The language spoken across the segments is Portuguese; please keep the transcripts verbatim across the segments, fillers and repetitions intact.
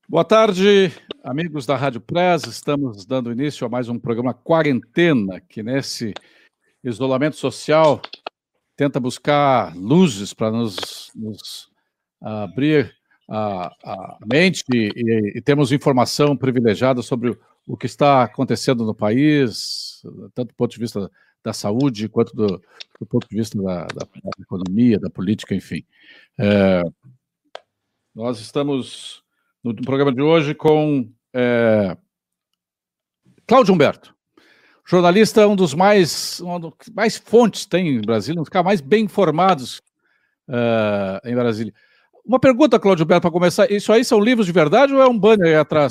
Boa tarde, amigos da Rádio Press. Estamos dando início a mais um programa Quarentena, que nesse isolamento social tenta buscar luzes para nos, nos abrir a, a mente e, e temos informação privilegiada sobre o, o que está acontecendo no país, tanto do ponto de vista da saúde quanto do, do ponto de vista da, da, da economia, da política, enfim. É, nós estamos no programa de hoje com é, Cláudio Humberto, jornalista, um dos mais, um dos que mais fontes tem em Brasília, um dos caras mais bem informados uh, em Brasília. Uma pergunta, Cláudio Humberto, para começar. Isso aí são livros de verdade ou é um banner aí atrás?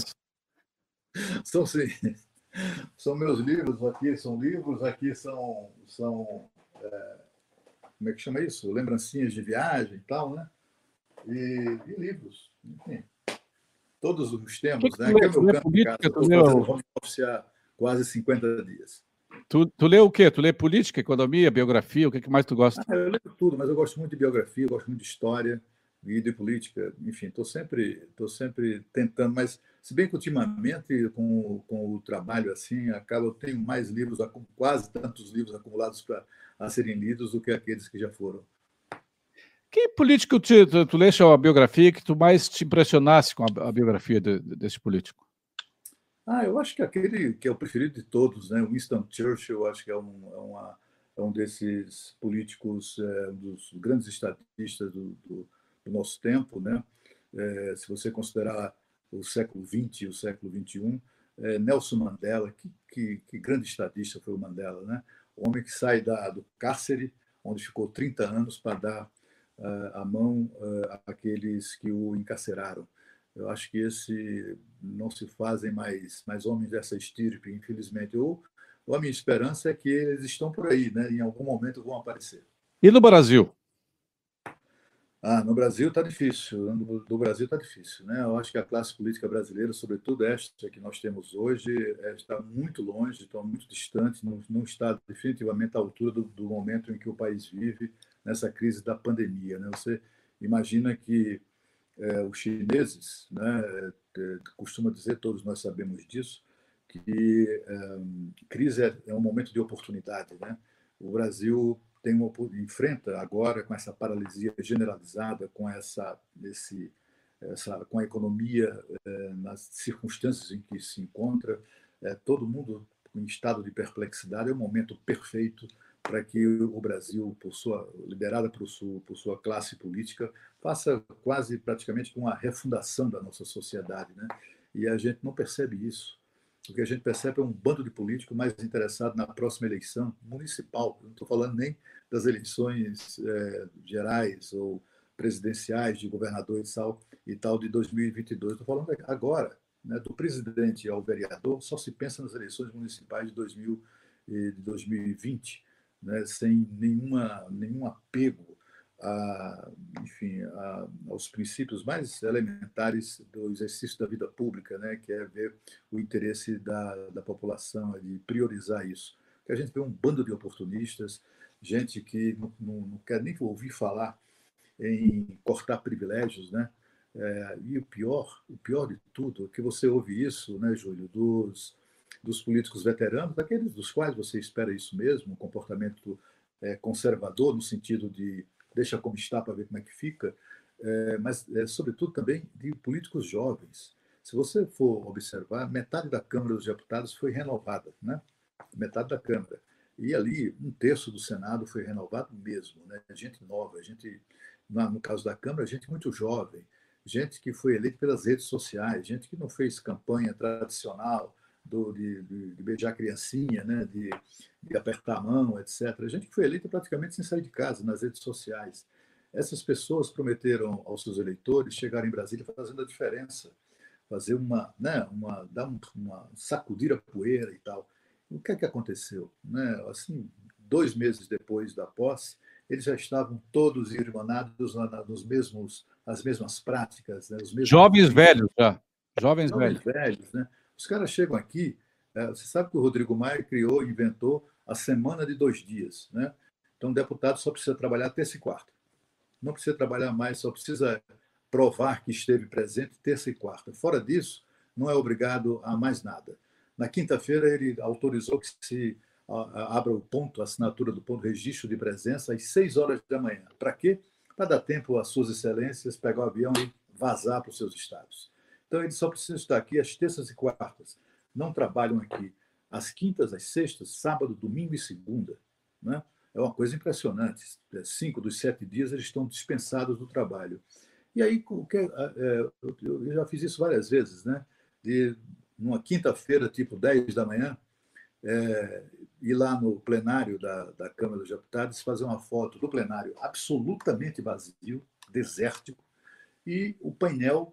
São sim. São meus livros aqui, são livros aqui, são, são é, como é que chama isso? Lembrancinhas de viagem e tal, né? E, e livros, enfim. Todos os temas, que né? Que Aqui é o meu campo de casa. Estou fazendo home office há quase cinquenta dias. Tu, tu lê o quê? Tu lê política, economia, biografia? O que, que mais tu gosta? Ah, eu leio tudo, mas eu gosto muito de biografia, eu gosto muito de história e de política. Enfim, estou sempre, tô sempre tentando, mas se bem que ultimamente, com, com o trabalho assim, acaba eu tenho mais livros, quase tantos livros acumulados para a serem lidos do que aqueles que já foram. Que político tu, tu, tu leste a biografia que tu mais te impressionasse com a, a biografia de, de, desse político? Ah, eu acho que aquele que é o preferido de todos, né? Winston Churchill, eu acho que é um, é uma, é um desses políticos, é, um dos grandes estadistas do, do, do nosso tempo, né? É, se você considerar o século vinte e o século vinte e um, é, Nelson Mandela, que, que, que grande estadista foi o Mandela, né? O homem que sai da, do cárcere, onde ficou trinta anos, para dar uh, a mão uh, àqueles que o encarceraram. Eu acho que esse não se fazem mais, mais homens dessa estirpe, infelizmente. Ou, ou a minha esperança é que eles estão por aí, né? Em algum momento vão aparecer. E no Brasil? Ah, no Brasil está difícil. No, no Brasil está difícil, né? Eu acho que a classe política brasileira, sobretudo esta que nós temos hoje, é, está muito longe, está muito distante, não, não está definitivamente à altura do, do momento em que o país vive nessa crise da pandemia, né? Você imagina que É, os chineses, né, é, costuma dizer, todos nós sabemos disso, que é, crise é, é um momento de oportunidade, né? O Brasil tem uma, enfrenta agora com essa paralisia generalizada, com essa, esse, essa, com a economia é, nas circunstâncias em que se encontra, é, todo mundo em estado de perplexidade. É o momento perfeito para que o Brasil, por sua, liderada por sua, por sua classe política, faça quase praticamente uma refundação da nossa sociedade, né? E a gente não percebe isso. O que a gente percebe é um bando de políticos mais interessado na próxima eleição municipal. Não estou falando nem das eleições é, gerais ou presidenciais de governador e tal, e tal de dois mil e vinte e dois. Estou falando agora, né, do presidente ao vereador, só se pensa nas eleições municipais de dois mil e vinte. Né, sem nenhuma, nenhum apego a, enfim, a, aos princípios mais elementares do exercício da vida pública, né, que é ver o interesse da, da população, é de priorizar isso. Porque a gente vê um bando de oportunistas, gente que não, não, não quer nem ouvir falar em cortar privilégios, né? É, e o pior, o pior de tudo, é que você ouve isso, né, Júlio, dos dos políticos veteranos, daqueles dos quais você espera isso mesmo, um comportamento é, conservador, no sentido de deixa como está para ver como é que fica, é, mas, é, sobretudo, também de políticos jovens. Se você for observar, metade da Câmara dos Deputados foi renovada, né? Metade da Câmara. E ali, um terço do Senado foi renovado mesmo, né? Gente nova, gente, no caso da Câmara, gente muito jovem, gente que foi eleita pelas redes sociais, gente que não fez campanha tradicional, Do, de, de, de beijar a criancinha, né? de, de apertar a mão, etcétera. Gente que foi eleita praticamente sem sair de casa, nas redes sociais. Essas pessoas prometeram aos seus eleitores chegar em Brasília fazendo a diferença, fazer uma, né? uma, dar uma sacudir a poeira e tal. O que é que aconteceu? Né? Assim, dois meses depois da posse, eles já estavam todos irmanados nos mesmos, as mesmas práticas, né? Os mesmos Jovens velhos já. Jovens, jovens velhos. velhos, né? Os caras chegam aqui, é, você sabe que o Rodrigo Maia criou, inventou a semana de dois dias, né? Então, o deputado só precisa trabalhar terça e quarta. Não precisa trabalhar mais, só precisa provar que esteve presente terça e quarta. Fora disso, não é obrigado a mais nada. Na quinta-feira, ele autorizou que se abra o ponto, a assinatura do ponto de registro de presença às seis horas da manhã. Para quê? Para dar tempo às suas excelências pegar o avião e vazar para os seus estados. Então, eles só precisam estar aqui às terças e quartas. Não trabalham aqui às quintas, às sextas, sábado, domingo e segunda. Né? É uma coisa impressionante. Cinco dos sete dias eles estão dispensados do trabalho. E aí, eu já fiz isso várias vezes, né? De, numa quinta-feira, tipo dez da manhã, é, ir lá no plenário da, da Câmara dos Deputados, fazer uma foto do plenário absolutamente vazio, desértico, e o painel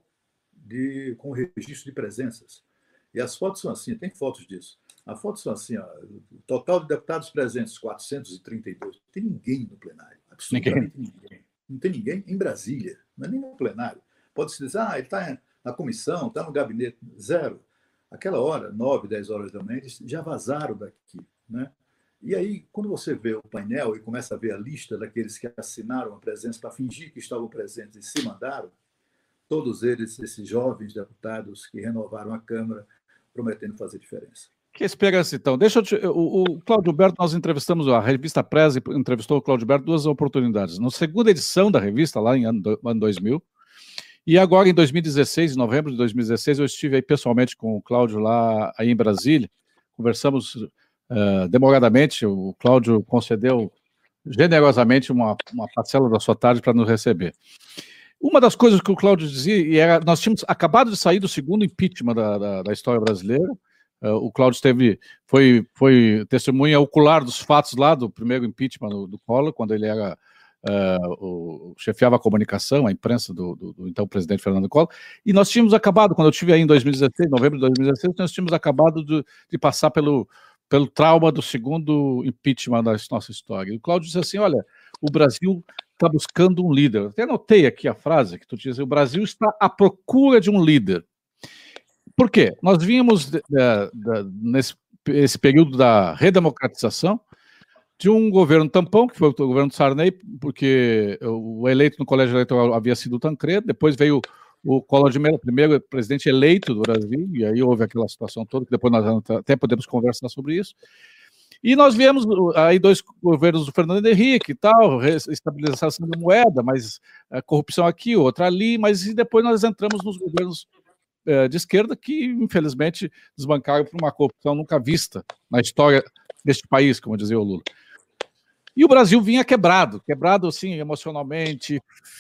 de, com o registro de presenças. E as fotos são assim, tem fotos disso. As fotos são assim, ó, o total de deputados presentes, quatrocentos e trinta e dois. Não tem ninguém no plenário, absolutamente ninguém. ninguém. Não tem ninguém em Brasília, não é nem no plenário. Pode-se dizer, ah, ele está na comissão, está no gabinete. Zero. Aquela hora, nove, dez horas da manhã, eles já vazaram daqui. Né? E aí, quando você vê o painel e começa a ver a lista daqueles que assinaram a presença para fingir que estavam presentes e se mandaram, todos eles, esses jovens deputados que renovaram a Câmara, prometendo fazer diferença. Que esperança, então. Deixa eu te... O, o Cláudio Berto, nós entrevistamos, a revista Press entrevistou o Cláudio Berto duas oportunidades. Na segunda edição da revista, lá em ano, ano dois mil, e agora em dois mil e dezesseis, em novembro de dois mil e dezesseis, eu estive aí pessoalmente com o Cláudio lá aí em Brasília, conversamos uh, demoradamente, o Cláudio concedeu generosamente uma, uma parcela da sua tarde para nos receber. Uma das coisas que o Cláudio dizia, e era, nós tínhamos acabado de sair do segundo impeachment da, da, da história brasileira. Uh, o Cláudio esteve, foi, foi testemunha ocular dos fatos lá do primeiro impeachment do, do Collor, quando ele era uh, o, chefiava a comunicação, a imprensa do, do, do então presidente Fernando Collor, e nós tínhamos acabado, quando eu estive aí em dois mil e dezesseis, novembro de dois mil e dezesseis, nós tínhamos acabado de, de passar pelo, pelo trauma do segundo impeachment da nossa história. E o Cláudio disse assim, olha, o Brasil está buscando um líder. Eu até anotei aqui a frase que tu disse, o Brasil está à procura de um líder. Por quê? Nós vínhamos de, de, de, nesse esse período da redemocratização de um governo tampão, que foi o governo do Sarney, porque o eleito no colégio eleitoral havia sido o Tancredo, depois veio o Collor de Mello, primeiro presidente eleito do Brasil, e aí houve aquela situação toda, que depois nós até podemos conversar sobre isso. E nós viemos aí dois governos do Fernando Henrique e tal, estabilização da moeda, mas a corrupção aqui, outra ali, mas e depois nós entramos nos governos eh, de esquerda que, infelizmente, desbancaram por uma corrupção nunca vista na história deste país, como dizia o Lula. E o Brasil vinha quebrado, quebrado assim, emocionalmente,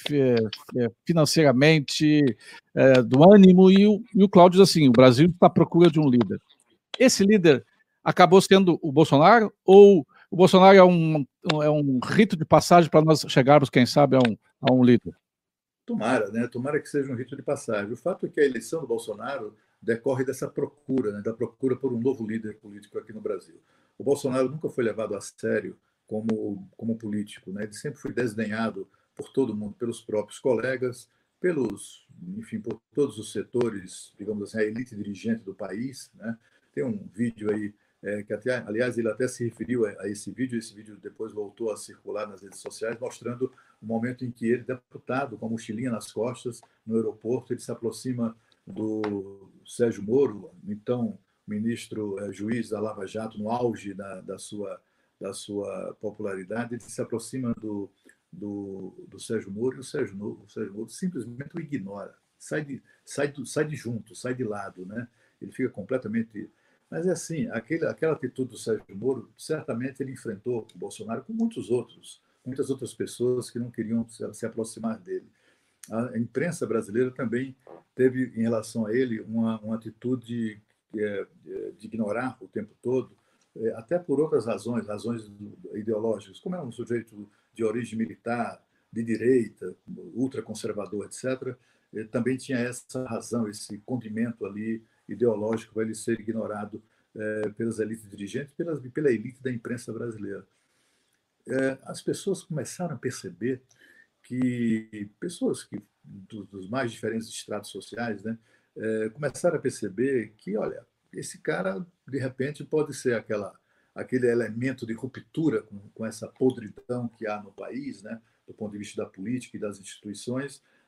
financeiramente, eh, do ânimo, e o, e o Cláudio diz assim, o Brasil está à procura de um líder. Esse líder acabou sendo o Bolsonaro, ou o Bolsonaro é um, é um rito de passagem para nós chegarmos, quem sabe, a um, a um líder? Tomara, né? Tomara que seja um rito de passagem. O fato é que a eleição do Bolsonaro decorre dessa procura, né? Da procura por um novo líder político aqui no Brasil. O Bolsonaro nunca foi levado a sério como, como político, né? Ele sempre foi desdenhado por todo mundo, pelos próprios colegas, pelos, enfim, por todos os setores, digamos assim, a elite dirigente do país, né? Tem um vídeo aí É, que até, aliás, ele até se referiu a, a esse vídeo, esse vídeo depois voltou a circular nas redes sociais, mostrando o momento em que ele, deputado, com a mochilinha nas costas, no aeroporto, ele se aproxima do Sérgio Moro, então ministro é, juiz da Lava Jato, no auge da, da, sua, da sua popularidade, ele se aproxima do, do, do Sérgio Moro, e o Sérgio, o Sérgio Moro simplesmente o ignora, sai de, sai, do, sai de junto, sai de lado, né? Ele fica completamente... Mas é assim, aquele, aquela atitude do Sérgio Moro, certamente ele enfrentou o Bolsonaro com muitos outros, muitas outras pessoas que não queriam se, se aproximar dele. A imprensa brasileira também teve, em relação a ele, uma, uma atitude de, de ignorar o tempo todo, até por outras razões, razões ideológicas, como é um sujeito de origem militar, de direita, ultraconservador, etcétera, também tinha essa razão, esse condimento ali ideológico para ele ser ignorado é, pelas elites dirigentes, pelas, pela elite da imprensa brasileira. É, as pessoas começaram a perceber que pessoas que, dos, dos mais diferentes estratos sociais, né, é, começaram a perceber que, olha, esse cara, de repente, pode ser aquela, aquele elemento de ruptura com, com essa podridão que há no país, né, do ponto de vista da política e das instituições,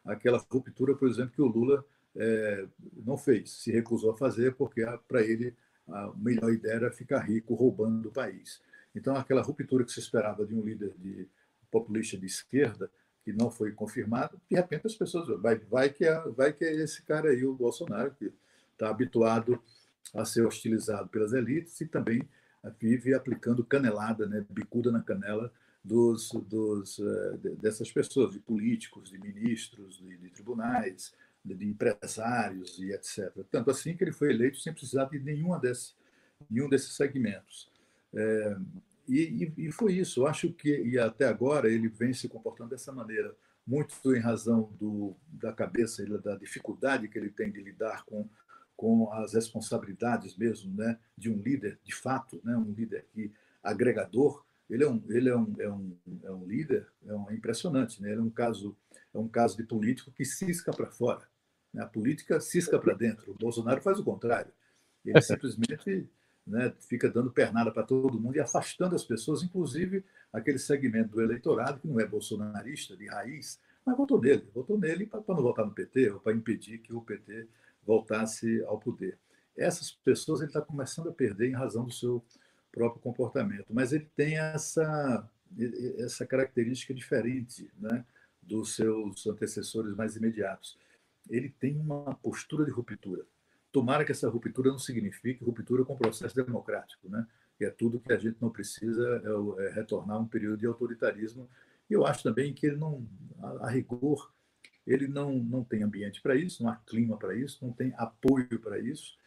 aquela ruptura, por exemplo, que o Lula é, não fez, se recusou a fazer, porque para ele a melhor ideia era ficar rico roubando o país. Então, aquela ruptura que se esperava de um líder de populista de esquerda, que não foi confirmado, de repente as pessoas vai, vai que é, vai que é esse cara aí, o Bolsonaro, que está habituado a ser hostilizado pelas elites e também vive aplicando canelada, né, bicuda na canela dos, dos, dessas pessoas, de políticos, de ministros, de, de tribunais, de, de empresários e etcétera. Tanto assim que ele foi eleito sem precisar de nenhuma desse, nenhum desses segmentos. É, e, e foi isso. Eu acho que, e até agora, ele vem se comportando dessa maneira, muito em razão do, da cabeça, da dificuldade que ele tem de lidar com com as responsabilidades mesmo, né, de um líder, de fato, né, um líder que agregador. Ele é um, ele é um, é um, é um líder, é um, é impressionante, né? Ele é um caso, é um caso de político que cisca para fora, né? A política cisca para dentro. O Bolsonaro faz o contrário. Ele simplesmente, né, fica dando pernada para todo mundo e afastando as pessoas, inclusive aquele segmento do eleitorado que não é bolsonarista de raiz, mas votou nele, votou nele para não votar no P T ou para impedir que o P T voltasse ao poder. Essas pessoas ele está começando a perder em razão do seu próprio comportamento, mas ele tem essa, essa característica diferente, né, dos seus antecessores mais imediatos. Ele tem uma postura de ruptura. Tomara que essa ruptura não signifique ruptura com o processo democrático, né? Que é tudo que a gente não precisa é, é retornar a um período de autoritarismo. E eu acho também que ele não, a, a rigor, ele não, não tem ambiente para isso, não há clima para isso, não tem apoio para isso.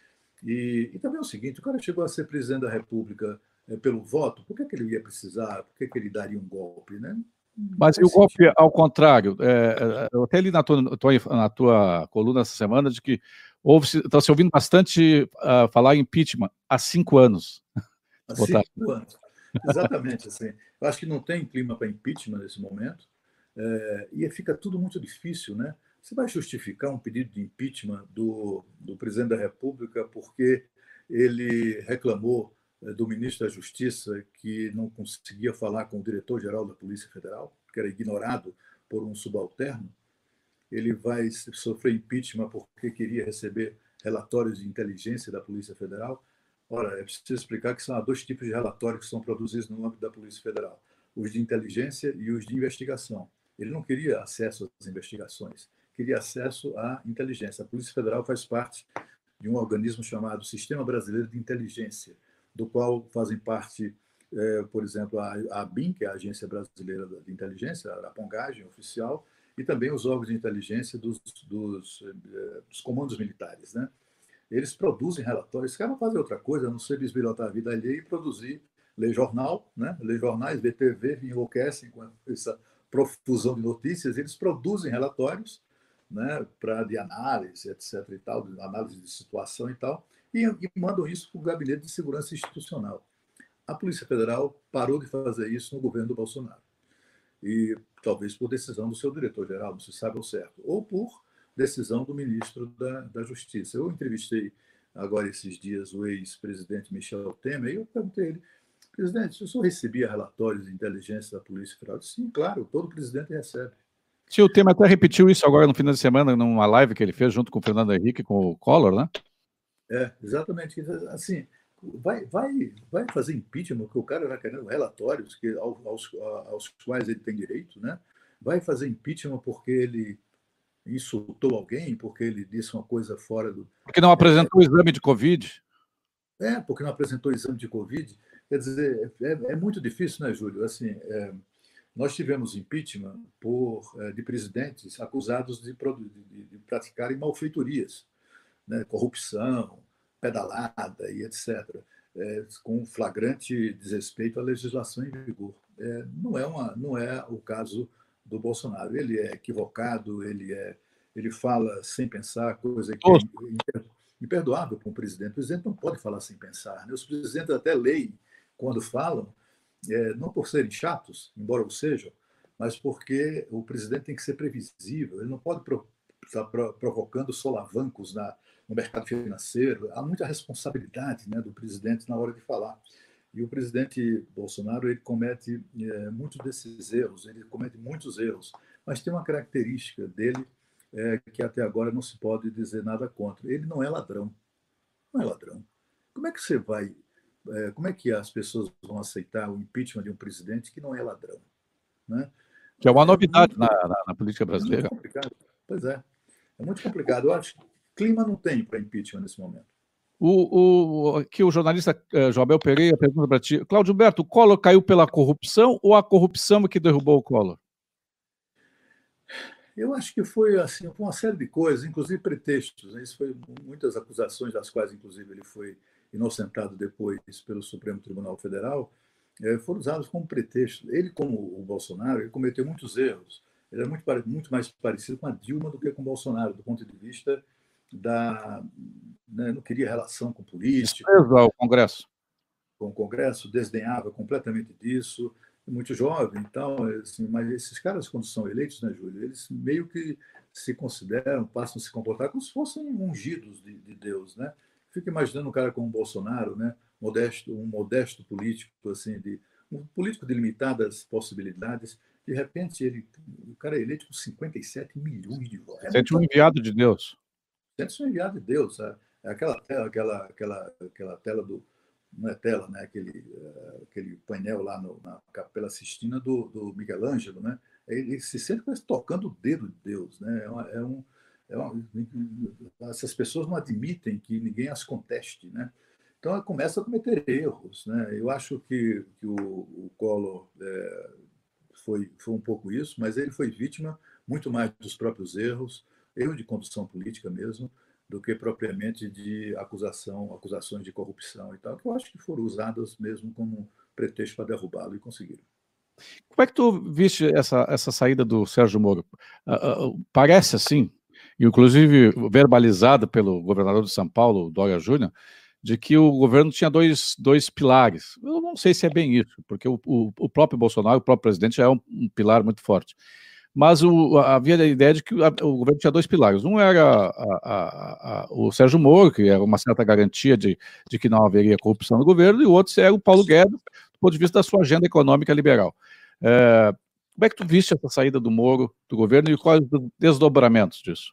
E, e também é o seguinte, o cara chegou a ser presidente da República é, pelo voto, por que, que ele ia precisar, por que, que ele daria um golpe? Né? Mas e o golpe ao contrário? É, eu até li na tua, na tua coluna essa semana de que está se ouvindo bastante uh, falar em impeachment há cinco anos. Há cinco anos, exatamente. Assim. Eu acho que não tem clima para impeachment nesse momento. É, e fica tudo muito difícil, né? Você vai justificar um pedido de impeachment do, do presidente da República porque ele reclamou é, do ministro da Justiça que não conseguia falar com o diretor-geral da Polícia Federal, que era ignorado por um subalterno? Ele vai sofrer impeachment porque queria receber relatórios de inteligência da Polícia Federal? Ora, é preciso explicar que são há dois tipos de relatórios que são produzidos no âmbito da Polícia Federal: os de inteligência e os de investigação. Ele não queria acesso às investigações, queria acesso à inteligência. A Polícia Federal faz parte de um organismo chamado Sistema Brasileiro de Inteligência, do qual fazem parte, eh, por exemplo, a, a ABIN, que é a Agência Brasileira de Inteligência, a Pongagem oficial, e também os órgãos de inteligência dos, dos, eh, dos comandos militares, né? Eles produzem relatórios. Os caras não fazem outra coisa a não ser bisbilhotar a vida alheia e produzir, ler jornal, né? Ler jornais, ver T V, enlouquecem com essa profusão de notícias. Eles produzem relatórios, né, para de análise, etc e tal, de análise de situação e tal, e, e mandam isso para o Gabinete de Segurança Institucional. A Polícia Federal parou de fazer isso no governo do Bolsonaro. E talvez por decisão do seu diretor-geral, não se sabe ao certo, ou por decisão do ministro da, da Justiça. Eu entrevistei agora esses dias o ex-presidente Michel Temer e eu perguntei a ele: presidente, o senhor recebia relatórios de inteligência da Polícia Federal? Sim, claro, todo presidente recebe. Sim, o Temer até repetiu isso agora no final de semana, numa live que ele fez junto com o Fernando Henrique, com o Collor, né? É, exatamente. Assim, vai, vai, vai fazer impeachment, porque o cara está querendo relatórios que, aos, aos quais ele tem direito, né? Vai fazer impeachment porque ele insultou alguém, porque ele disse uma coisa fora do... Porque não apresentou o é, exame de Covid. É, porque não apresentou o exame de Covid. Quer dizer, é, é muito difícil, né, Júlio? Assim, é, nós tivemos impeachment por, é, de presidentes acusados de, de, de praticarem malfeitorias, né, corrupção, pedalada e etcétera, é, com flagrante desrespeito à legislação em vigor. É, não, é uma, não é o caso do Bolsonaro. Ele é equivocado, ele, é, ele fala sem pensar, coisa que é imperdoável para um presidente. O presidente não pode falar sem pensar. Né? Os presidentes até leem quando falam, é, não por serem chatos, embora o sejam, mas porque o presidente tem que ser previsível. Ele não pode estar provocando solavancos na, no mercado financeiro. Há muita responsabilidade, né, do presidente na hora de falar. E o presidente Bolsonaro, ele comete é, muitos desses erros, ele comete muitos erros, mas tem uma característica dele é, que até agora não se pode dizer nada contra. Ele não é ladrão, não é ladrão. Como é que você vai, é, como é que as pessoas vão aceitar o impeachment de um presidente que não é ladrão, né? Que é uma É novidade muito, na, na, na política é muito brasileira. complicado. Pois é, é muito complicado. Eu acho que clima não tem para impeachment nesse momento. O, o, aqui o jornalista uh, Joabel Pereira pergunta para ti, Cláudio Humberto, o Collor caiu pela corrupção ou a corrupção que derrubou o Collor? Eu acho que foi assim, uma série de coisas, inclusive pretextos. Né? Isso foi muitas acusações, das quais, inclusive, ele foi inocentado depois pelo Supremo Tribunal Federal, eh, foram usados como pretexto. Ele, como o Bolsonaro, ele cometeu muitos erros. Ele é muito, muito mais parecido com a Dilma do que com o Bolsonaro, do ponto de vista da... Né, não queria relação com político, Despreza ao Congresso. com o Congresso, desdenhava completamente disso, muito jovem e tal, assim, mas esses caras, quando são eleitos, né, Júlio, eles meio que se consideram, passam a se comportar como se fossem ungidos de, de Deus, né? Fico imaginando um cara como o Bolsonaro, né, modesto, um modesto político, assim, de um político de limitadas possibilidades, de repente ele, o cara é eleito com cinquenta e sete milhões de votos. É Sente um muita enviado de Deus. Sente-se um enviado de Deus, sabe? É aquela tela, aquela, aquela, aquela tela do, não é tela, né? Aquele, uh, aquele painel lá no, na Capela Sistina do, do Miguel Ângelo, né? Ele se sente quase tocando o dedo de Deus, né? É, uma, é um, é uma, essas pessoas não admitem que ninguém as conteste, né? Então ela começa a cometer erros, né? Eu acho que, que o, o Collor é, foi, foi um pouco isso, mas ele foi vítima muito mais dos próprios erros, erro de condução política mesmo, do que propriamente de acusação, acusações de corrupção e tal, que eu acho que foram usadas mesmo como pretexto para derrubá-lo e conseguiram. Como é que tu viste essa, essa saída do Sérgio Moro? Uh, uh, parece assim, inclusive verbalizada pelo governador de São Paulo, Dória Júnior, de que o governo tinha dois, dois pilares. Eu não sei se é bem isso, porque o, o, o próprio Bolsonaro, o próprio presidente, já é um, um pilar muito forte. Mas o, havia a ideia de que o, o governo tinha dois pilares. Um era a, a, a, o Sérgio Moro, que era uma certa garantia de, de que não haveria corrupção no governo, e o outro era o Paulo Guedes, do ponto de vista da sua agenda econômica liberal. É, como é que tu viste essa saída do Moro do governo e quais os desdobramentos disso?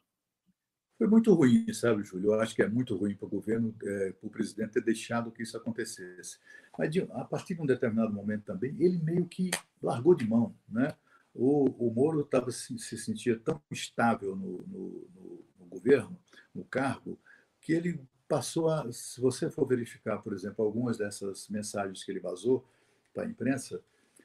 Foi muito ruim, sabe, Júlio? Eu acho que é muito ruim para o governo, é, para o presidente ter deixado que isso acontecesse. Mas de, a partir de um determinado momento também, ele meio que largou de mão, né? O, o Moro tava, se, se sentia tão estável no, no, no, no governo, no cargo, que ele passou a, se você for verificar, por exemplo, algumas dessas mensagens que ele vazou para a imprensa,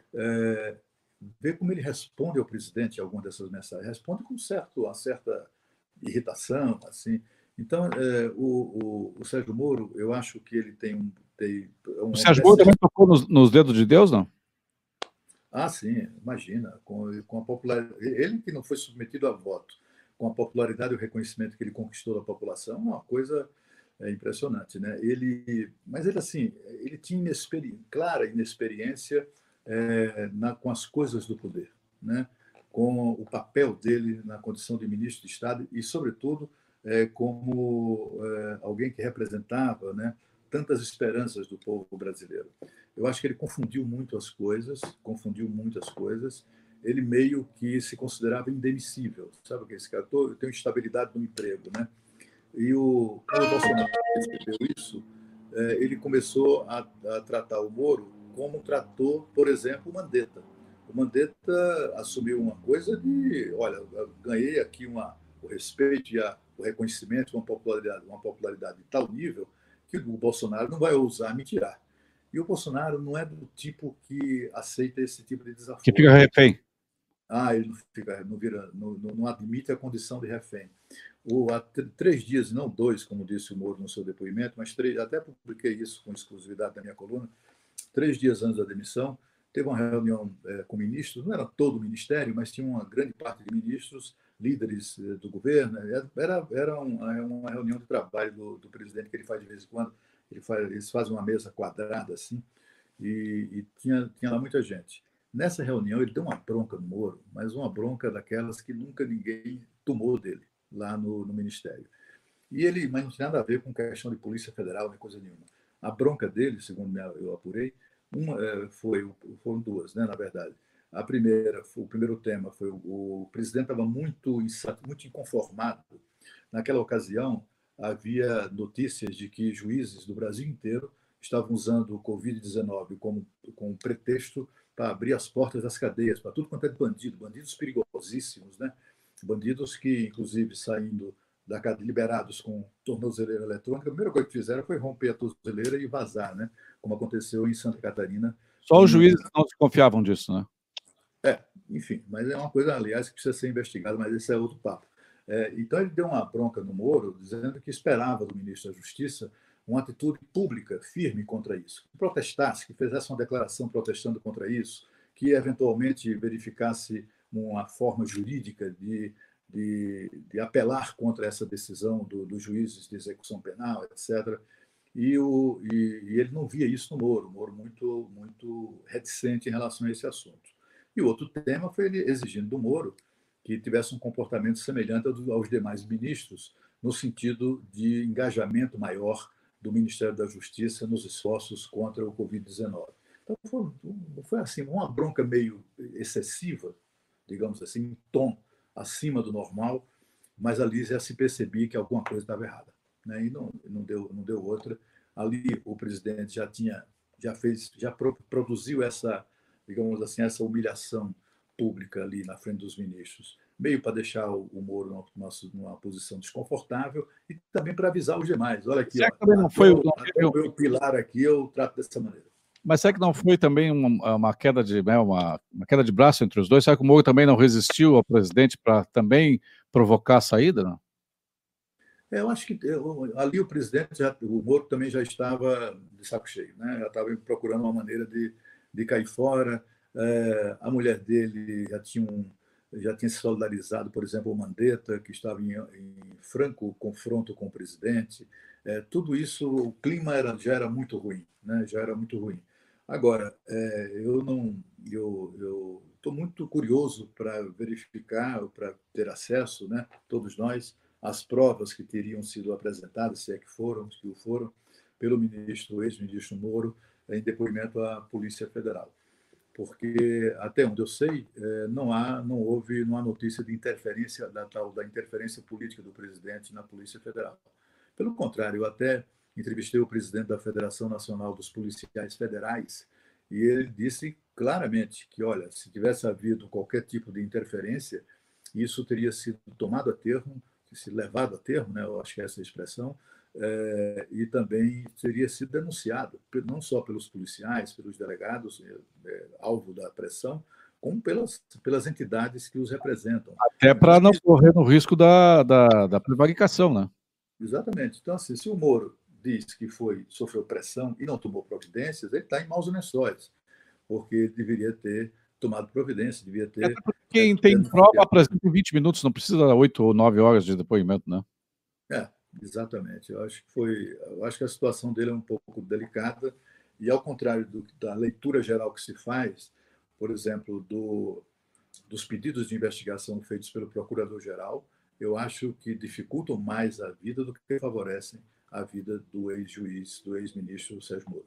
é, ver como ele responde ao presidente algumas dessas mensagens. Responde com certo, uma certa irritação, assim. Então, é, o, o, o Sérgio Moro, eu acho que ele tem um... Tem um O homem Sérgio Moro dessa... também tocou nos, nos dedos de Deus, não? Ah, sim, imagina, com, com a popularidade... Ele que não foi submetido a voto, com a popularidade e o reconhecimento que ele conquistou da população, é uma coisa é, impressionante, né? Ele, mas ele, assim, ele tinha inexperi... clara inexperiência é, na, com as coisas do poder, né? Com o papel dele na condição de ministro de Estado e, sobretudo, é, como é, alguém que representava, né, tantas esperanças do povo brasileiro. Eu acho que ele confundiu muito as coisas, confundiu muitas coisas. Ele meio que se considerava indemissível, sabe o que é esse cara? Eu tenho instabilidade no emprego, né? E o, quando o Bolsonaro percebeu isso, é, ele começou a, a tratar o Moro como tratou, por exemplo, o Mandetta. O Mandetta assumiu uma coisa de, olha, eu ganhei aqui uma, o respeito e a, o reconhecimento, uma popularidade, uma popularidade de tal nível que o Bolsonaro não vai ousar me tirar. E o Bolsonaro não é do tipo que aceita esse tipo de desaforo. Que fica refém. Ah, ele não, fica, não, vira, não, não admite a condição de refém. O, há três dias, não dois, como disse o Moro no seu depoimento, mas três, até publiquei isso com exclusividade da minha coluna, três dias antes da demissão, teve uma reunião é, com ministros, não era todo o ministério, mas tinha uma grande parte de ministros, líderes é, do governo, era, era uma, uma reunião de trabalho do, do presidente que ele faz de vez em quando, ele faz, eles fazem uma mesa quadrada assim, e, e tinha, tinha lá muita gente. Nessa reunião ele deu uma bronca no Moro, mas uma bronca daquelas que nunca ninguém tomou dele, lá no, no Ministério. E ele, mas não tinha nada a ver com questão de Polícia Federal, nem coisa nenhuma. A bronca dele, segundo eu apurei, uma, foi, foram duas, né, na verdade. A primeira, o primeiro tema foi o, o presidente estava muito, muito inconformado. Naquela ocasião, havia notícias de que juízes do Brasil inteiro estavam usando o covid dezenove como, como pretexto para abrir as portas das cadeias, para tudo quanto é de bandido, bandidos perigosíssimos, né? Bandidos que, inclusive, saindo da cadeia, liberados com tornozeleira eletrônica, a primeira coisa que fizeram foi romper a tornozeleira e vazar, né? Como aconteceu em Santa Catarina. Só os juízes não desconfiavam disso, né? É, enfim, mas é uma coisa, aliás, que precisa ser investigada, mas esse é outro papo. É, então, ele deu uma bronca no Moro, dizendo que esperava do ministro da Justiça uma atitude pública, firme contra isso. Que protestasse, que fizesse uma declaração protestando contra isso, que eventualmente verificasse uma forma jurídica de, de, de apelar contra essa decisão do, dos juízes de execução penal, etcétera. E, o, e, e ele não via isso no Moro, o Moro muito, muito reticente em relação a esse assunto. E o outro tema foi ele exigindo do Moro que tivesse um comportamento semelhante aos demais ministros, no sentido de engajamento maior do Ministério da Justiça nos esforços contra o covid dezenove. Então, foi, foi assim, uma bronca meio excessiva, digamos assim, em tom acima do normal, mas ali já se percebia que alguma coisa estava errada, né? E não, não, deu, não deu outra. Ali o presidente já tinha, já fez, já produziu essa, digamos assim, essa humilhação pública ali na frente dos ministros, meio para deixar o, o Moro numa, numa posição desconfortável e também para avisar os demais. Olha aqui, Será ó, que também não até, foi, o, não até o meu pilar aqui eu trato dessa maneira. Mas será que não foi também uma, uma queda de né, uma, uma queda de braço entre os dois? Será que o Moro também não resistiu ao presidente para também provocar a saída? Não? Eu acho que eu, ali o presidente, já, o Moro também já estava de saco cheio, né? Já estava procurando uma maneira de, de cair fora. É, a mulher dele já tinha, um, já tinha se solidarizado, por exemplo, o Mandetta, que estava em, em franco confronto com o presidente. É, tudo isso, o clima era, já era muito ruim, né? Já era muito ruim. Agora, é, eu não, eu estou muito curioso para verificar, para ter acesso, né? Todos nós, as provas que teriam sido apresentadas, se é que foram, que o foram, pelo ministro, ex-ministro Moro, em depoimento à Polícia Federal. Porque, até onde eu sei, não há, não houve, não há notícia de interferência, da tal da interferência política do presidente na Polícia Federal. Pelo contrário, eu até entrevistei o presidente da Federação Nacional dos Policiais Federais e ele disse claramente que, olha, se tivesse havido qualquer tipo de interferência, isso teria sido tomado a termo, se levado a termo, né, eu acho que é essa a expressão, é, e também teria sido denunciado, não só pelos policiais, pelos delegados, é, alvo da pressão, como pelas, pelas entidades que os representam. Até para não correr no risco da, da, da prevaricação, né? Exatamente. Então, assim, se o Moro diz que foi, sofreu pressão e não tomou providências, ele está em maus lençóis, porque deveria ter tomado providência, devia ter... Até porque quem tem prova apresenta em vinte minutos, não precisa oito ou nove horas de depoimento, né? É, exatamente. Eu acho que foi, eu acho que a situação dele é um pouco delicada e, ao contrário do, da leitura geral que se faz, por exemplo, do, dos pedidos de investigação feitos pelo Procurador-Geral, eu acho que dificultam mais a vida do que favorecem a vida do ex-juiz, do ex-ministro Sérgio Moro.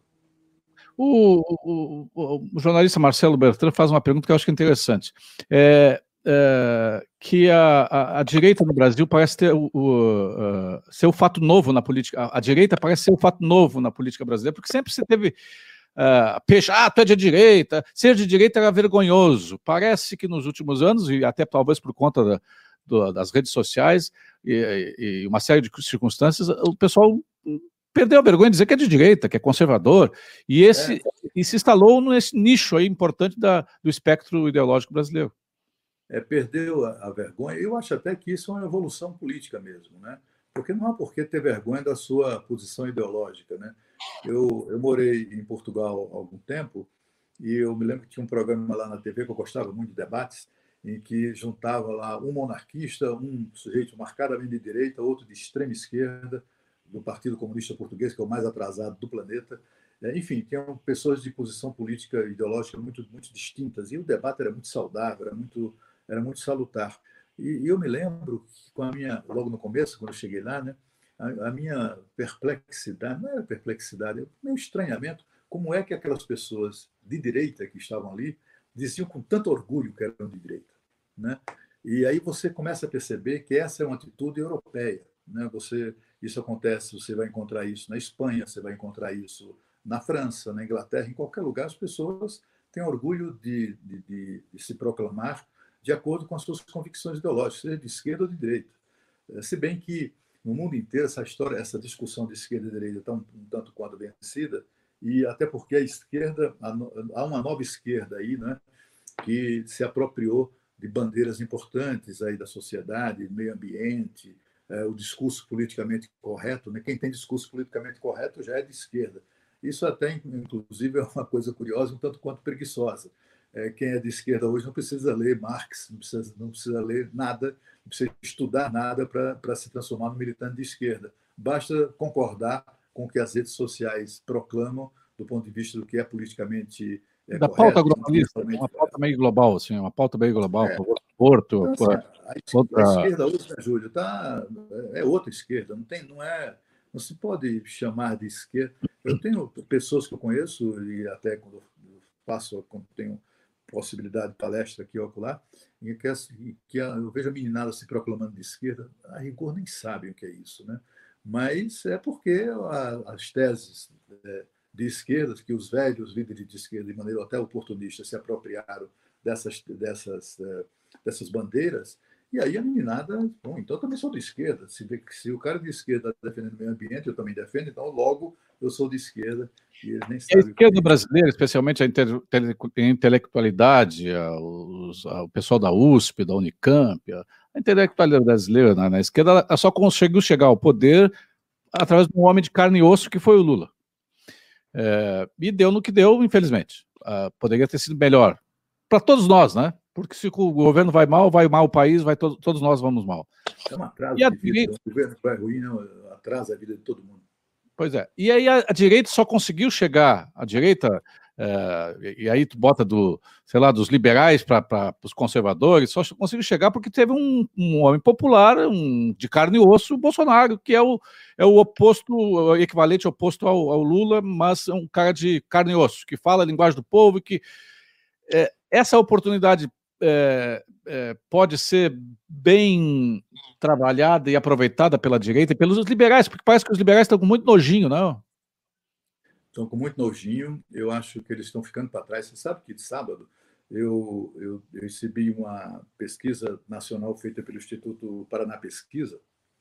O, o, o, o jornalista Marcelo Bertrand faz uma pergunta que eu acho que é interessante. É, é, que a, a, a direita no Brasil parece ter o, o, uh, ser o fato novo na política. A, a direita parece ser o fato novo na política brasileira, porque sempre se teve uh, peixe, ah, tu é de direita, ser de direita era vergonhoso. Parece que nos últimos anos, e até talvez por conta da, do, das redes sociais e, e uma série de circunstâncias, o pessoal perdeu a vergonha de dizer que é de direita, que é conservador, e, esse, é. e se instalou nesse nicho aí importante da, do espectro ideológico brasileiro. É, perdeu a, a vergonha. Eu acho até que isso é uma evolução política mesmo, né? Porque não há por que ter vergonha da sua posição ideológica, né? Eu, eu morei em Portugal há algum tempo e eu me lembro que tinha um programa lá na T V que eu gostava muito de debates, em que juntava lá um monarquista, um sujeito marcadamente de direita, outro de extrema esquerda, do Partido Comunista Português, que é o mais atrasado do planeta. Enfim, tinham pessoas de posição política e ideológica muito, muito distintas, e o debate era muito saudável, era muito, era muito salutar. E, e eu me lembro que, com a minha, logo no começo, quando eu cheguei lá, né, a, a minha perplexidade, não era perplexidade, era meu estranhamento, como é que aquelas pessoas de direita que estavam ali diziam com tanto orgulho que eram de direita, né? E aí você começa a perceber que essa é uma atitude europeia, né? Você, isso acontece, você vai encontrar isso na Espanha, você vai encontrar isso na França, na Inglaterra, em qualquer lugar, as pessoas têm orgulho de, de, de, de se proclamar de acordo com as suas convicções ideológicas, seja de esquerda ou de direita. Se bem que no mundo inteiro essa história, essa discussão de esquerda e direita está um, um tanto quanto vencida, e até porque a esquerda, há uma nova esquerda aí, né, que se apropriou de bandeiras importantes aí da sociedade, meio ambiente, é, o discurso politicamente correto, né? Quem tem discurso politicamente correto já é de esquerda. Isso até, inclusive, é uma coisa curiosa, um tanto quanto preguiçosa. É, quem é de esquerda hoje não precisa ler Marx, não precisa, não precisa ler nada, não precisa estudar nada para se transformar num militante de esquerda. Basta concordar com o que as redes sociais proclamam do ponto de vista do que é politicamente é, da correto. Pauta globalista, uma pauta meio global, assim, uma pauta meio global, é. Porto. Então, assim, a, esquerda, a esquerda hoje, né, Júlio, tá, é outra esquerda, não, tem, não, é, não se pode chamar de esquerda. Eu tenho pessoas que eu conheço, e até quando eu faço, quando tenho possibilidade de palestra aqui ou acolá, em que, que eu vejo a meninada se proclamando de esquerda, a rigor nem sabem o que é isso, né? Mas é porque a, as teses é, de esquerda, que os velhos líderes de esquerda, de maneira até oportunista, se apropriaram dessas, dessas, dessas bandeiras, e aí a meninada, bom, então eu também sou de esquerda. Se, se o cara de esquerda está defendendo o meio ambiente, eu também defendo, então logo eu sou de esquerda. E eles nem sabem. A esquerda brasileira, especialmente a intelectualidade, os, o pessoal da U S P, da Unicamp, a intelectualidade brasileira na, na esquerda, ela só conseguiu chegar ao poder através de um homem de carne e osso que foi o Lula. É, e deu no que deu, infelizmente. Uh, poderia ter sido melhor. Para todos nós, né? Porque se o governo vai mal, vai mal o país, vai to todos nós vamos mal. É um atraso de vida. Direita... O governo vai ruim, não, atrasa a vida de todo mundo. Pois é. E aí a, a direita só conseguiu chegar, a direita, é, e, e aí tu bota do, sei lá, dos liberais para os conservadores, só conseguiu chegar porque teve um, um homem popular, um, de carne e osso, o Bolsonaro, que é o, é o oposto, o equivalente oposto ao, ao Lula, mas é um cara de carne e osso, que fala a linguagem do povo e que é, essa oportunidade é, é, pode ser bem trabalhada e aproveitada pela direita e pelos liberais, porque parece que os liberais estão com muito nojinho, não? Estão com muito nojinho, eu acho que eles estão ficando para trás. Você sabe que de sábado eu, eu, eu recebi uma pesquisa nacional feita pelo Instituto Paraná Pesquisa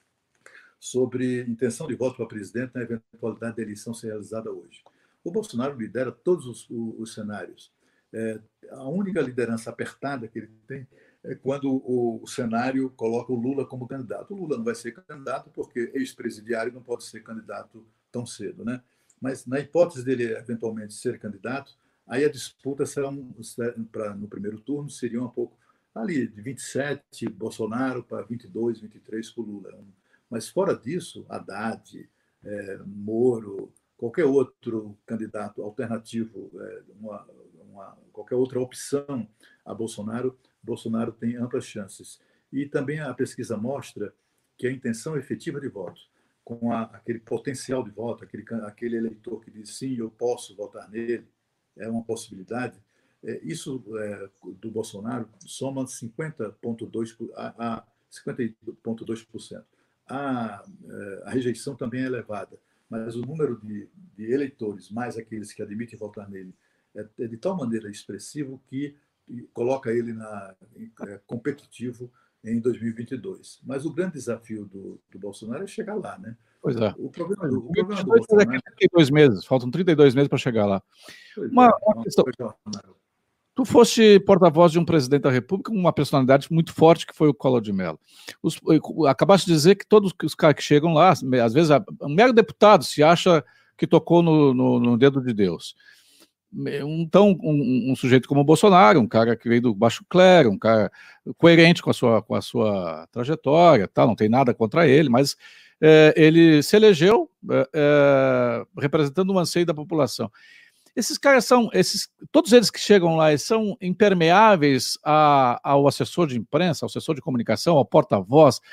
sobre intenção de voto para presidente na eventualidade da eleição ser realizada hoje. O Bolsonaro lidera todos os, os, os cenários. É, a única liderança apertada que ele tem é quando o, o cenário coloca o Lula como candidato. O Lula não vai ser candidato porque ex-presidiário não pode ser candidato tão cedo, né? Mas na hipótese dele eventualmente ser candidato, aí a disputa será um, pra, no primeiro turno seria um pouco ali de vinte e sete Bolsonaro para vinte e dois, vinte e três para o Lula. Mas fora disso, Haddad, é, Moro, qualquer outro candidato alternativo, é, uma, uma, qualquer outra opção a Bolsonaro, Bolsonaro tem amplas chances. E também a pesquisa mostra que a intenção efetiva de voto, com a, aquele potencial de voto, aquele, aquele eleitor que diz sim, eu posso votar nele, é uma possibilidade, é, isso é, do Bolsonaro soma cinquenta vírgula dois por cento a, a cinquenta vírgula dois por cento. A, a rejeição também é elevada, mas o número de, de eleitores, mais aqueles que admitem votar nele, é, é de tal maneira expressivo que coloca ele na, é, competitivo em dois mil e vinte e dois. Mas o grande desafio do, do Bolsonaro é chegar lá, né? Pois é. O problema do, o problema do Bolsonaro... trinta e dois meses, faltam trinta e dois meses para chegar lá. Uma, é, uma questão... Tu foste porta-voz de um presidente da República com uma personalidade muito forte, que foi o Collor de Mello. Os, acabaste de dizer que todos os caras que chegam lá, às vezes um mero deputado se acha que tocou no, no, no dedo de Deus. Então, um, um sujeito como o Bolsonaro, um cara que veio do baixo clero, um cara coerente com a sua, com a sua trajetória, tá? Não tem nada contra ele, mas é, ele se elegeu é, é, representando o anseio da população. Esses caras são, esses, todos eles que chegam lá, eles são impermeáveis a, ao assessor de imprensa, ao assessor de comunicação, ao porta-voz.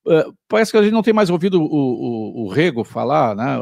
parece que a gente não tem mais ouvido o, o, o Rego falar, né?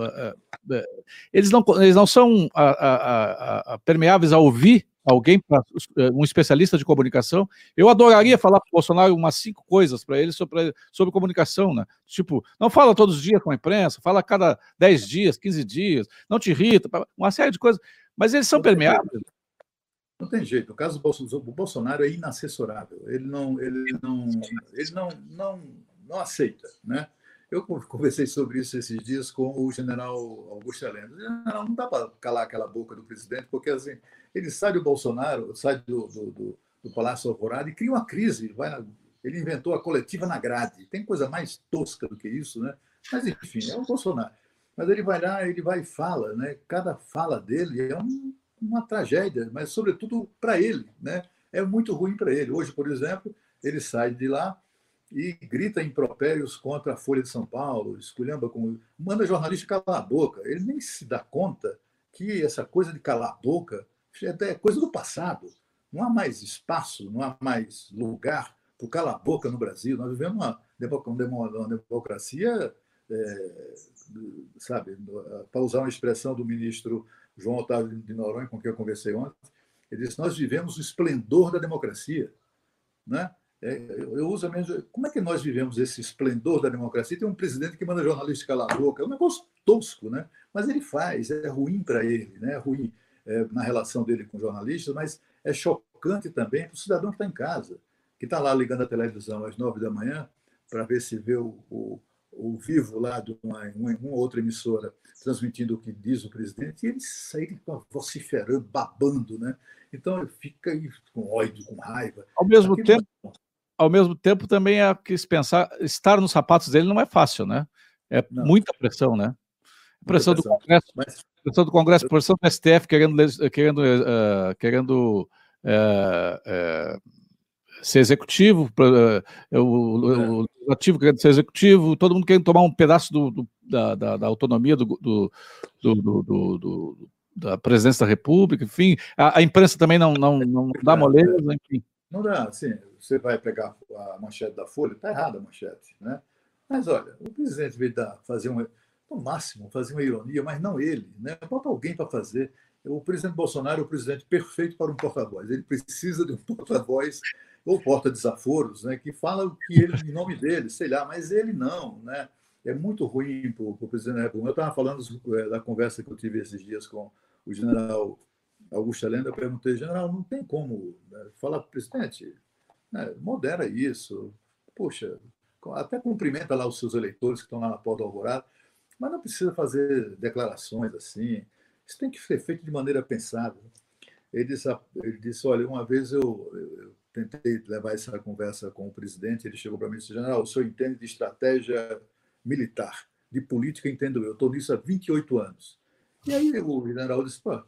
Eles não, eles não são a, a, a, a permeáveis a ouvir alguém, pra, um especialista de comunicação. Eu adoraria falar para o Bolsonaro umas cinco coisas para ele sobre, sobre comunicação, né? Tipo, não fala todos os dias com a imprensa, fala a cada dez dias, quinze dias, não te irrita, uma série de coisas. Mas eles são não permeáveis. Não tem jeito. O caso do Bolsonaro é inassessorável. Ele não, ele não, ele não, não, não aceita, né? Eu conversei sobre isso esses dias com o general Augusto Heleno. O general não dá para calar aquela boca do presidente, porque assim, ele sai do Bolsonaro, sai do, do, do, do Palácio Alvorada e cria uma crise. Vai na, ele inventou a coletiva na grade. Tem coisa mais tosca do que isso, né? Mas, enfim, é o Bolsonaro. Mas ele vai lá, ele vai e fala, né? Cada fala dele é um, uma tragédia, mas, sobretudo, para ele, né? É muito ruim para ele. Hoje, por exemplo, ele sai de lá e grita impropérios contra a Folha de São Paulo, esculhamba com... manda jornalista calar a boca. Ele nem se dá conta que essa coisa de calar a boca é coisa do passado. Não há mais espaço, não há mais lugar para o calar a boca no Brasil. Nós vivemos uma, uma democracia, é, sabe, para usar uma expressão do ministro João Otávio de Noronha, com quem eu conversei ontem, ele disse, nós vivemos o esplendor da democracia, né? Eu uso a mesma. Como é que nós vivemos esse esplendor da democracia? Tem um presidente que manda jornalista calar a boca. É um negócio tosco, né? Mas ele faz, é ruim para ele, né? É ruim é, na relação dele com jornalistas, mas é chocante também para o cidadão que está em casa, que está lá ligando a televisão às nove da manhã para ver se vê o, o, o vivo lá de uma, uma, uma outra emissora transmitindo o que diz o presidente, e ele sai vociferando, babando, né? Então fica com ódio, com raiva. Ao mesmo Aquilo tempo. Não... Ao mesmo tempo, também é que se pensar, estar nos sapatos dele não é fácil, né? É não. muita pressão, né? Pressão, pressão do Congresso, Mas... pressão do Congresso, pressão do S T F querendo, querendo, uh, querendo uh, uh, ser executivo, uh, o, o legislativo querendo ser executivo, todo mundo querendo tomar um pedaço do, do, da, da, da autonomia do, do, do, do, do, do, da presidência da República, enfim. A, a imprensa também não, não, não dá moleza, enfim. Não dá, assim, você vai pegar a manchete da Folha, está errada a manchete, né? Mas, olha, o presidente veio dar, fazer uma, no máximo, fazer uma ironia, mas não ele, né? Bota alguém para fazer. O presidente Bolsonaro é o presidente perfeito para um porta-voz. Ele precisa de um porta-voz ou porta-desaforos, né? Que fala o que ele, em nome dele, sei lá, mas ele não, né? É muito ruim para o presidente da República. Eu estava falando da conversa que eu tive esses dias com o general Augusto Heleno, eu perguntei, general, não tem como né, falar para o presidente, né, modera isso, puxa, até cumprimenta lá os seus eleitores que estão lá na porta do Alvorada, mas não precisa fazer declarações assim, isso tem que ser feito de maneira pensada. Ele disse, ele disse olha, uma vez eu, eu, eu tentei levar essa conversa com o presidente, ele chegou para mim e disse, general, o senhor entende de estratégia militar, de política entendo eu, estou nisso há vinte e oito anos. E aí o general disse, pô,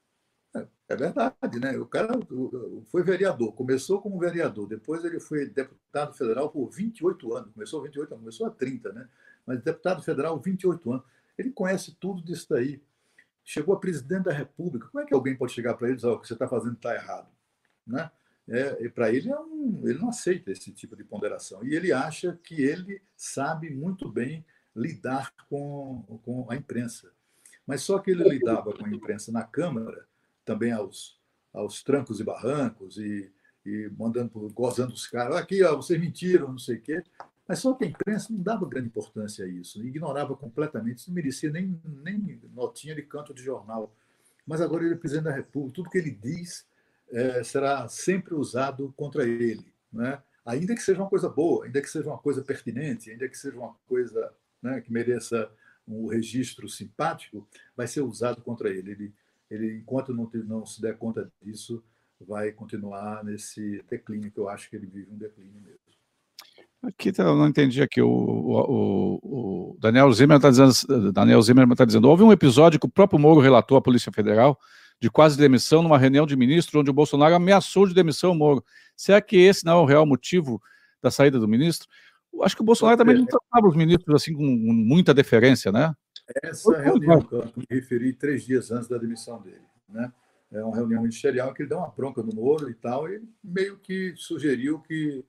é verdade, né? O cara foi vereador, começou como vereador, depois ele foi deputado federal por vinte e oito anos, começou vinte e oito anos, começou há trinta, né? Mas deputado federal, vinte e oito anos. Ele conhece tudo disso daí. Chegou a presidente da República. Como é que alguém pode chegar para ele e dizer, oh, o que você está fazendo está errado? Né? É, para ele, é um, ele não aceita esse tipo de ponderação. E ele acha que ele sabe muito bem lidar com, com a imprensa. Mas só que ele lidava com a imprensa na Câmara, também aos, aos trancos e barrancos, e, e mandando, gozando os caras, aqui, ó, vocês mentiram, não sei o quê. Mas só que a imprensa não dava grande importância a isso, ignorava completamente, isso não merecia nem, nem notinha de canto de jornal. Mas agora ele é presidente da República, tudo que ele diz é, será sempre usado contra ele, né? Ainda que seja uma coisa boa, ainda que seja uma coisa pertinente, ainda que seja uma coisa, né, que mereça um registro simpático, vai ser usado contra ele. Ele Ele, enquanto não, não se der conta disso, vai continuar nesse declínio, que eu acho que ele vive um declínio mesmo. Aqui eu não entendi aqui. O, o, o Daniel Zimmermann está dizendo, Daniel Zimmermann está dizendo, houve um episódio que o próprio Moro relatou à Polícia Federal de quase demissão numa reunião de ministros, onde o Bolsonaro ameaçou de demissão o Moro. Será que esse não é o real motivo da saída do ministro? Acho que o Bolsonaro também não tratava os ministros assim com muita deferência, né? Essa reunião que eu me referi três dias antes da demissão dele, né? É uma reunião ministerial que ele deu uma bronca no Moro e tal, e meio que sugeriu que,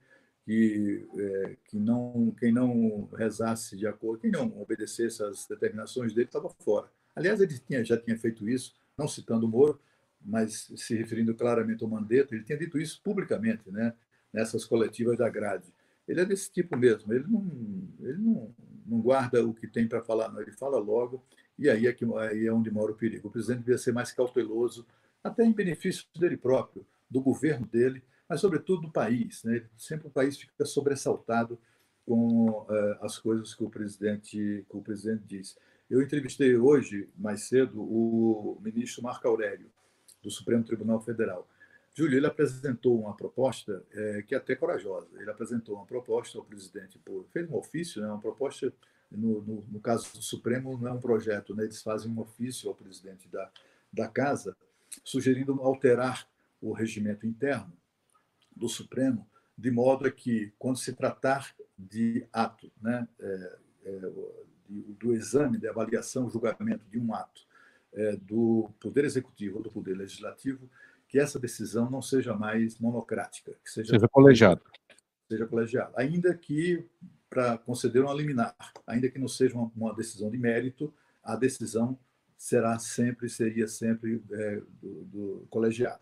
que, é, que não, quem não rezasse de acordo, quem não obedecesse às determinações dele estava fora. Aliás, ele tinha, já tinha feito isso, não citando o Moro, mas se referindo claramente ao Mandetta, ele tinha dito isso publicamente, né, nessas coletivas da grade. Ele é desse tipo mesmo, ele não, ele não, não guarda o que tem para falar, não, ele fala logo, e aí é, que, aí é onde mora o perigo. O presidente devia ser mais cauteloso, até em benefício dele próprio, do governo dele, mas, sobretudo, do país. Né? Sempre o país fica sobressaltado com uh, as coisas que o, presidente, que o presidente diz. Eu entrevistei hoje, mais cedo, o ministro Marco Aurélio, do Supremo Tribunal Federal. Júlio, ele apresentou uma proposta é, que é até corajosa. Ele apresentou uma proposta ao presidente, por, fez um ofício, né, uma proposta, no, no, no caso do Supremo, não é um projeto, né, eles fazem um ofício ao presidente da, da Casa, sugerindo alterar o regimento interno do Supremo, de modo que, quando se tratar de ato, né, é, é, de, do exame, de avaliação, julgamento de um ato é, do Poder Executivo ou do Poder Legislativo, que essa decisão não seja mais monocrática, que seja, seja colegiada. Seja colegiada, ainda que para conceder uma liminar, ainda que não seja uma, uma decisão de mérito, a decisão será sempre, seria sempre é, do, do colegiado.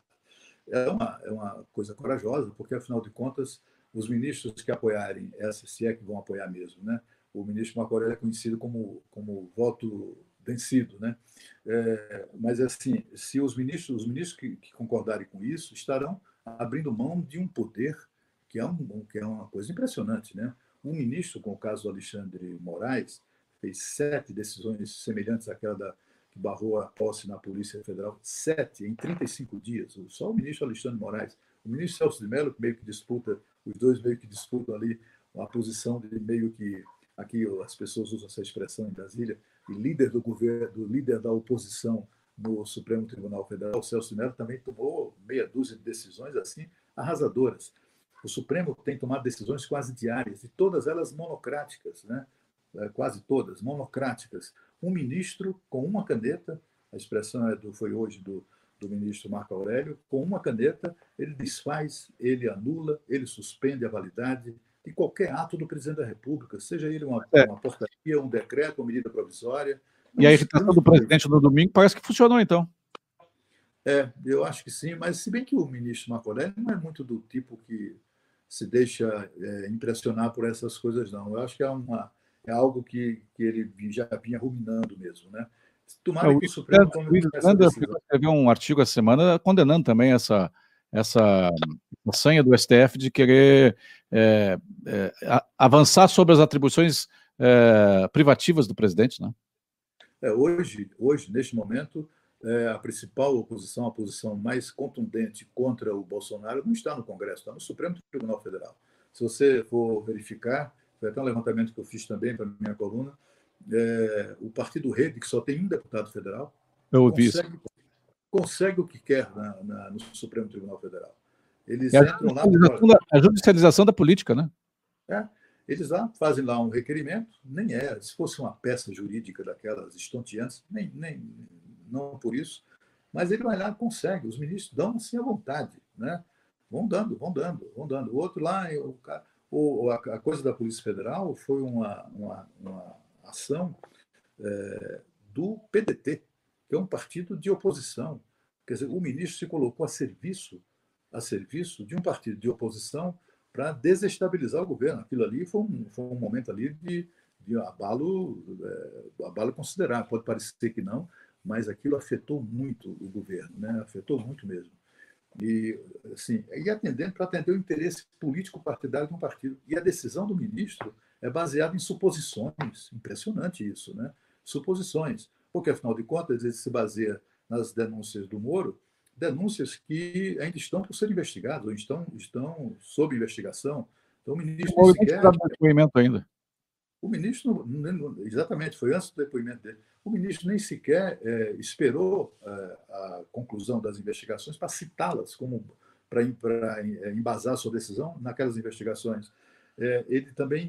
É uma, é uma coisa corajosa, porque, afinal de contas, os ministros que apoiarem essa, se é que vão apoiar mesmo, né? O ministro Marco Aurélio é conhecido como, como voto vencido, né? É, mas, assim, se os ministros, os ministros que, que concordarem com isso estarão abrindo mão de um poder que é, um, que é uma coisa impressionante, né? Um ministro, com o caso do Alexandre Moraes, fez sete decisões semelhantes àquela da que barrou a posse na Polícia Federal, sete em trinta e cinco dias. Só o ministro Alexandre Moraes. O ministro Celso de Mello, que meio que disputa, os dois meio que disputam ali a posição de meio que, aqui as pessoas usam essa expressão em Brasília, de líder do governo, do líder da oposição no Supremo Tribunal Federal. O Celso de Mello também tomou meia dúzia de decisões assim arrasadoras. O Supremo tem tomado decisões quase diárias, e todas elas monocráticas, né? Quase todas monocráticas. Um ministro com uma caneta, a expressão é do, foi hoje do, do ministro Marco Aurélio, com uma caneta, ele desfaz, ele anula, ele suspende a validade de qualquer ato do presidente da República, seja ele uma, é. uma portaria, um decreto, uma medida provisória. E a irritação do presidente no domingo parece que funcionou, então. É, eu acho que sim, mas se bem que o ministro Marco Aurélio não é muito do tipo que se deixa é, impressionar por essas coisas, não. Eu acho que é uma é algo que, que ele já vinha ruminando mesmo, né? Tomara é, que o Supremo tome essa decisão. Escreveu um artigo essa semana condenando também essa, essa sanha do S T F de querer é, é, avançar sobre as atribuições é, privativas do presidente, né? É, hoje, hoje, neste momento, é, a principal oposição, a posição mais contundente contra o Bolsonaro não está no Congresso, está no Supremo Tribunal Federal. Se você for verificar, foi até um levantamento que eu fiz também para a minha coluna, é, o Partido Rede, que só tem um deputado federal, eu ouvi consegue, isso. consegue o que quer na, na, no Supremo Tribunal Federal. Eles é a entram lá... Da, a judicialização da política, né? É, eles lá fazem lá um requerimento, nem é, se fosse uma peça jurídica daquelas estonteantes, nem, nem, não por isso, mas ele vai lá e consegue, os ministros dão assim à vontade, né? Vão dando, vão dando, vão dando. O outro lá, o, o, a coisa da Polícia Federal foi uma, uma, uma ação é, do P D T, que é um partido de oposição. Quer dizer, o ministro se colocou a serviço, a serviço de um partido de oposição para desestabilizar o governo. Aquilo ali foi um, foi um momento ali de, de abalo, é, abalo considerável. Pode parecer que não, mas aquilo afetou muito o governo, né? Afetou muito mesmo. E, assim, e atendendo para atender o interesse político partidário de um partido. E a decisão do ministro é baseada em suposições. Impressionante isso, né? Suposições. Porque, afinal de contas, ele se baseia nas denúncias do Moro, denúncias que ainda estão por ser investigadas, ou estão, estão sob investigação. Então, o ministro nem sequer... depoimento ainda. O ministro, exatamente, foi antes do depoimento dele, o ministro nem sequer é, esperou é, a conclusão das investigações para citá-las, como para embasar sua decisão naquelas investigações. É, ele também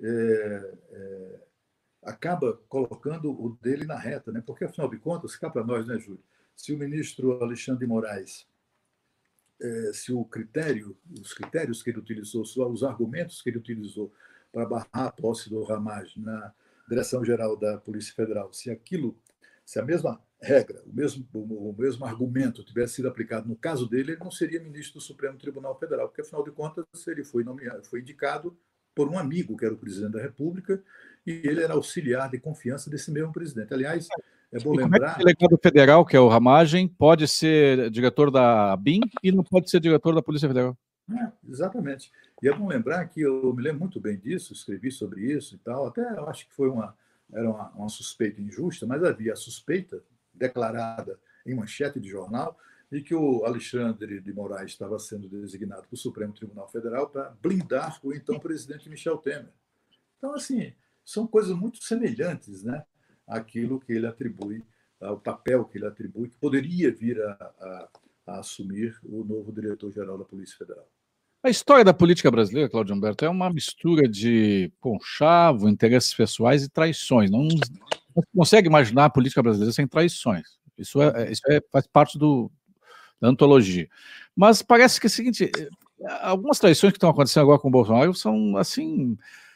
é, é, acaba colocando o dele na reta, né? Porque, afinal de contas, cá para nós, né, Júlio? Se o ministro Alexandre de Moraes é, se o critério, os critérios que ele utilizou, os argumentos que ele utilizou para barrar a posse do Ramagem na Direção-Geral da Polícia Federal, se aquilo, se a mesma regra, o mesmo, o mesmo argumento tivesse sido aplicado no caso dele, ele não seria ministro do Supremo Tribunal Federal, porque, afinal de contas, ele foi nomeado, foi indicado por um amigo, que era o presidente da República, e ele era auxiliar de confiança desse mesmo presidente. Aliás, é bom E como lembrar... é que o delegado federal, que é o Ramagem, pode ser diretor da B I M e não pode ser diretor da Polícia Federal? É, exatamente. E é bom lembrar que eu me lembro muito bem disso, escrevi sobre isso e tal, até eu acho que foi uma, era uma, uma suspeita injusta, mas havia a suspeita declarada em manchete de jornal de que o Alexandre de Moraes estava sendo designado para o Supremo Tribunal Federal para blindar o então presidente Michel Temer. Então, assim, são coisas muito semelhantes, né, àquilo que ele atribui, ao papel que ele atribui, que poderia vir a, a, a assumir o novo diretor-geral da Polícia Federal. A história da política brasileira, Cláudio Humberto, é uma mistura de conchavo, interesses pessoais e traições. Não, não se consegue imaginar a política brasileira sem traições. Isso, é, isso é, faz parte do, da antologia. Mas parece que é o seguinte, algumas traições que estão acontecendo agora com o Bolsonaro são, assim,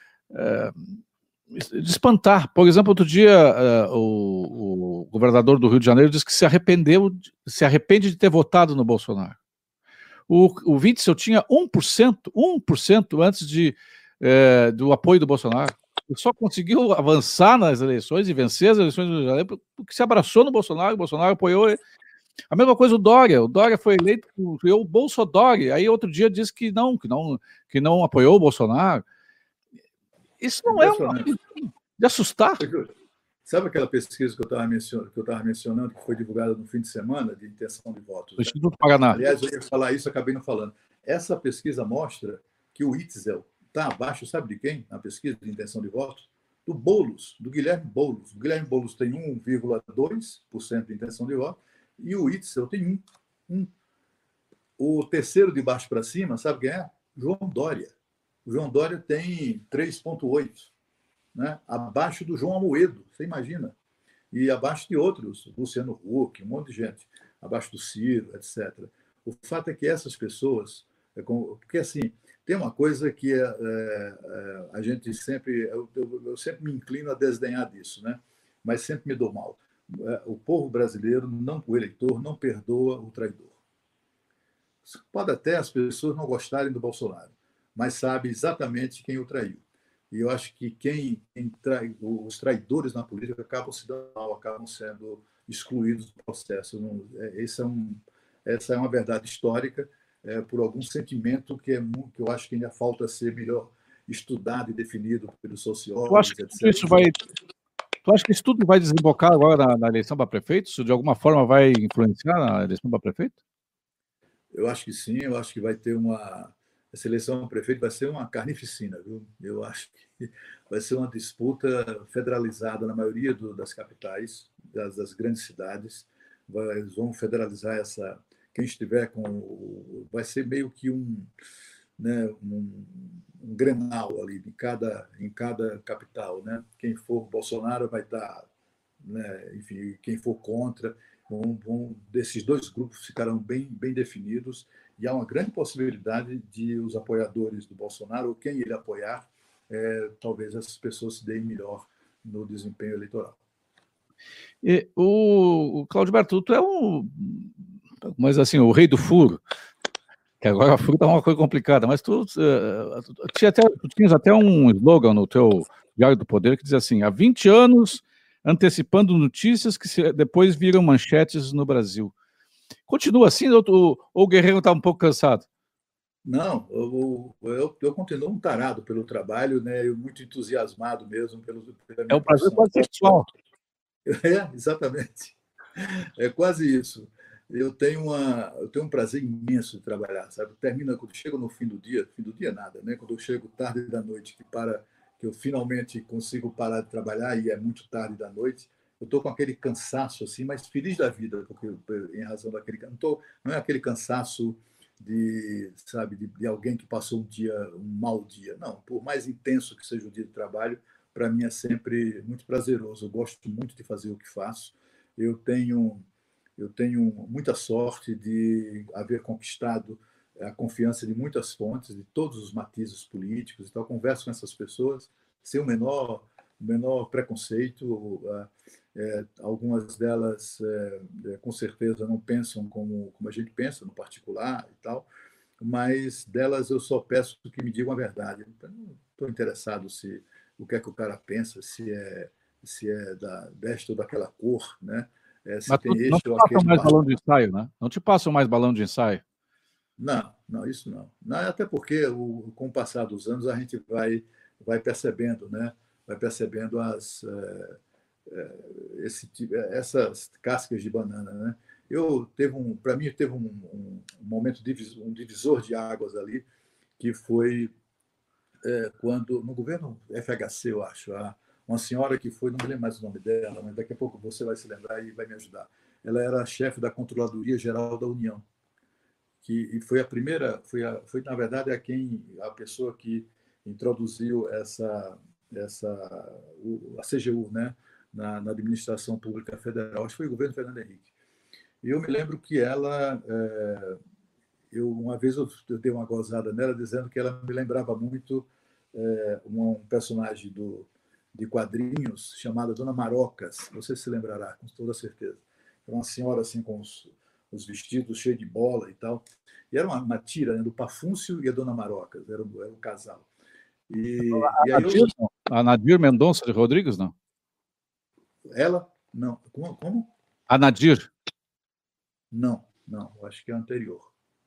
é, de espantar. Por exemplo, outro dia, é, o, o governador do Rio de Janeiro disse que se arrependeu, se arrepende de ter votado no Bolsonaro. O, o Witzel tinha um por cento, um por cento antes de, é, do apoio do Bolsonaro. Ele só conseguiu avançar nas eleições e vencer as eleições do Rio de Janeiro porque se abraçou no Bolsonaro, o Bolsonaro apoiou ele. A mesma coisa o Dória, o Dória foi eleito, criou o Bolsodória, aí outro dia disse que não, que não, que não apoiou o Bolsonaro. Isso não é uma de assustar. Sabe aquela pesquisa que eu estava mencionando, que eu estava mencionando, que foi divulgada no fim de semana, de intenção de votos? Do Instituto Paraná. Aliás, eu ia falar isso, acabei não falando. Essa pesquisa mostra que o Witzel está abaixo, sabe de quem, na pesquisa de intenção de votos? Do Boulos, do Guilherme Boulos. O Guilherme Boulos tem um vírgula dois por cento de intenção de voto e o Witzel tem um. um. O terceiro de baixo para cima, sabe quem é? João Dória. O João Dória tem três vírgula oito por cento. Né? Abaixo do João Amoedo, você imagina. E abaixo de outros, Luciano Huck, um monte de gente, abaixo do Ciro, etcétera. O fato é que essas pessoas... É como, porque, assim, tem uma coisa que é, é, a gente sempre... Eu, eu, eu sempre me inclino a desdenhar disso, né? Mas sempre me dou mal. O povo brasileiro, não, o eleitor, não perdoa o traidor. Pode até as pessoas não gostarem do Bolsonaro, mas sabe exatamente quem o traiu. E eu acho que quem, quem trai, os traidores na política acabam se dando mal, acabam sendo excluídos do processo. Não, é, esse é um, essa é uma verdade histórica, é, por algum sentimento que, é muito, que eu acho que ainda falta ser melhor estudado e definido pelos sociólogos, etcétera. Isso vai, tu acha que isso tudo vai desembocar agora na, na eleição para prefeito? Isso de alguma forma vai influenciar na eleição para prefeito? Eu acho que sim, eu acho que vai ter uma... Essa eleição prefeito vai ser uma carnificina, viu? Eu acho que vai ser uma disputa federalizada na maioria do, das capitais, das, das grandes cidades. Vai, eles vão federalizar essa... Quem estiver com... Vai ser meio que um, né, um, um Grenal ali em cada, em cada capital, né? Quem for Bolsonaro vai estar... Né, enfim, quem for contra... Vão, vão, desses dois grupos ficarão bem, bem definidos e há uma grande possibilidade de os apoiadores do Bolsonaro, ou quem ele apoiar, é, talvez essas pessoas se deem melhor no desempenho eleitoral. E o, o Cláudio Berto, tu é um, mas assim, o rei do furo, que agora o furo está uma coisa complicada, mas tu, uh, tu, tinha até, tu tinhas até um slogan no teu Diário do Poder que diz assim, há vinte anos antecipando notícias que se, depois viram manchetes no Brasil. Continua assim ou, tu, ou o Guerreiro está um pouco cansado? Não, eu, eu, eu continuo um tarado pelo trabalho, né? Eu muito entusiasmado mesmo pelo, pela minha É um prazer quase sexual. É, exatamente. É quase isso. Eu tenho, uma, eu tenho um prazer imenso de trabalhar, sabe? Termina quando chego no fim do dia, fim do dia nada, né? Quando eu chego tarde da noite, que para que eu finalmente consigo parar de trabalhar e é muito tarde da noite, eu estou com aquele cansaço assim, mas feliz da vida, porque em razão daquele, não, tô, não é aquele cansaço de, sabe, de, de alguém que passou um dia, um mau dia. Não, por mais intenso que seja o dia de trabalho, para mim é sempre muito prazeroso. Eu gosto muito de fazer o que faço. Eu tenho eu tenho muita sorte de haver conquistado a confiança de muitas fontes, de todos os matizes políticos. Então, eu converso com essas pessoas sem o menor, o menor preconceito. É, algumas delas, é, com certeza, não pensam como, como a gente pensa, no particular e tal, mas delas eu só peço que me digam a verdade. Então, não estou interessado se o que é que o cara pensa, se é, se é da, desta ou daquela cor, né? É, se Mas tem não este te ou passam aquele. mais balão de ensaio, né? Não te passam mais balão de ensaio. Não, não, isso não. não até porque, o, com o passar dos anos, a gente vai, vai percebendo, né? Vai percebendo as, é, é, esse, essas cascas de banana, né? Eu teve um, para mim, teve um, um, um momento divisor, um divisor de águas ali, que foi é, quando, no governo F H C, eu acho, a, uma senhora que foi, não me lembro mais o nome dela, mas daqui a pouco você vai se lembrar e vai me ajudar. Ela era chefe da Controladoria Geral da União, que e foi a primeira, foi, a, foi na verdade a quem a pessoa que introduziu essa essa o, a C G U, né, na, na administração pública federal. Acho que foi o governo Fernando Henrique. E eu me lembro que ela, é, eu uma vez eu, eu dei uma gozada nela dizendo que ela me lembrava muito é, um, um personagem do de quadrinhos chamada Dona Marocas. Você se lembrará, com toda certeza. Era uma senhora assim com os os vestidos cheios de bola e tal. E era uma, uma tira, né, do Pafúncio e a Dona Marocas, era, era um casal. E, A e aí eu... Nadir, a Nadir Mendonça de Rodrigues, não? Ela? Não. Como? como? A Nadir? Não, não, eu acho que é anterior.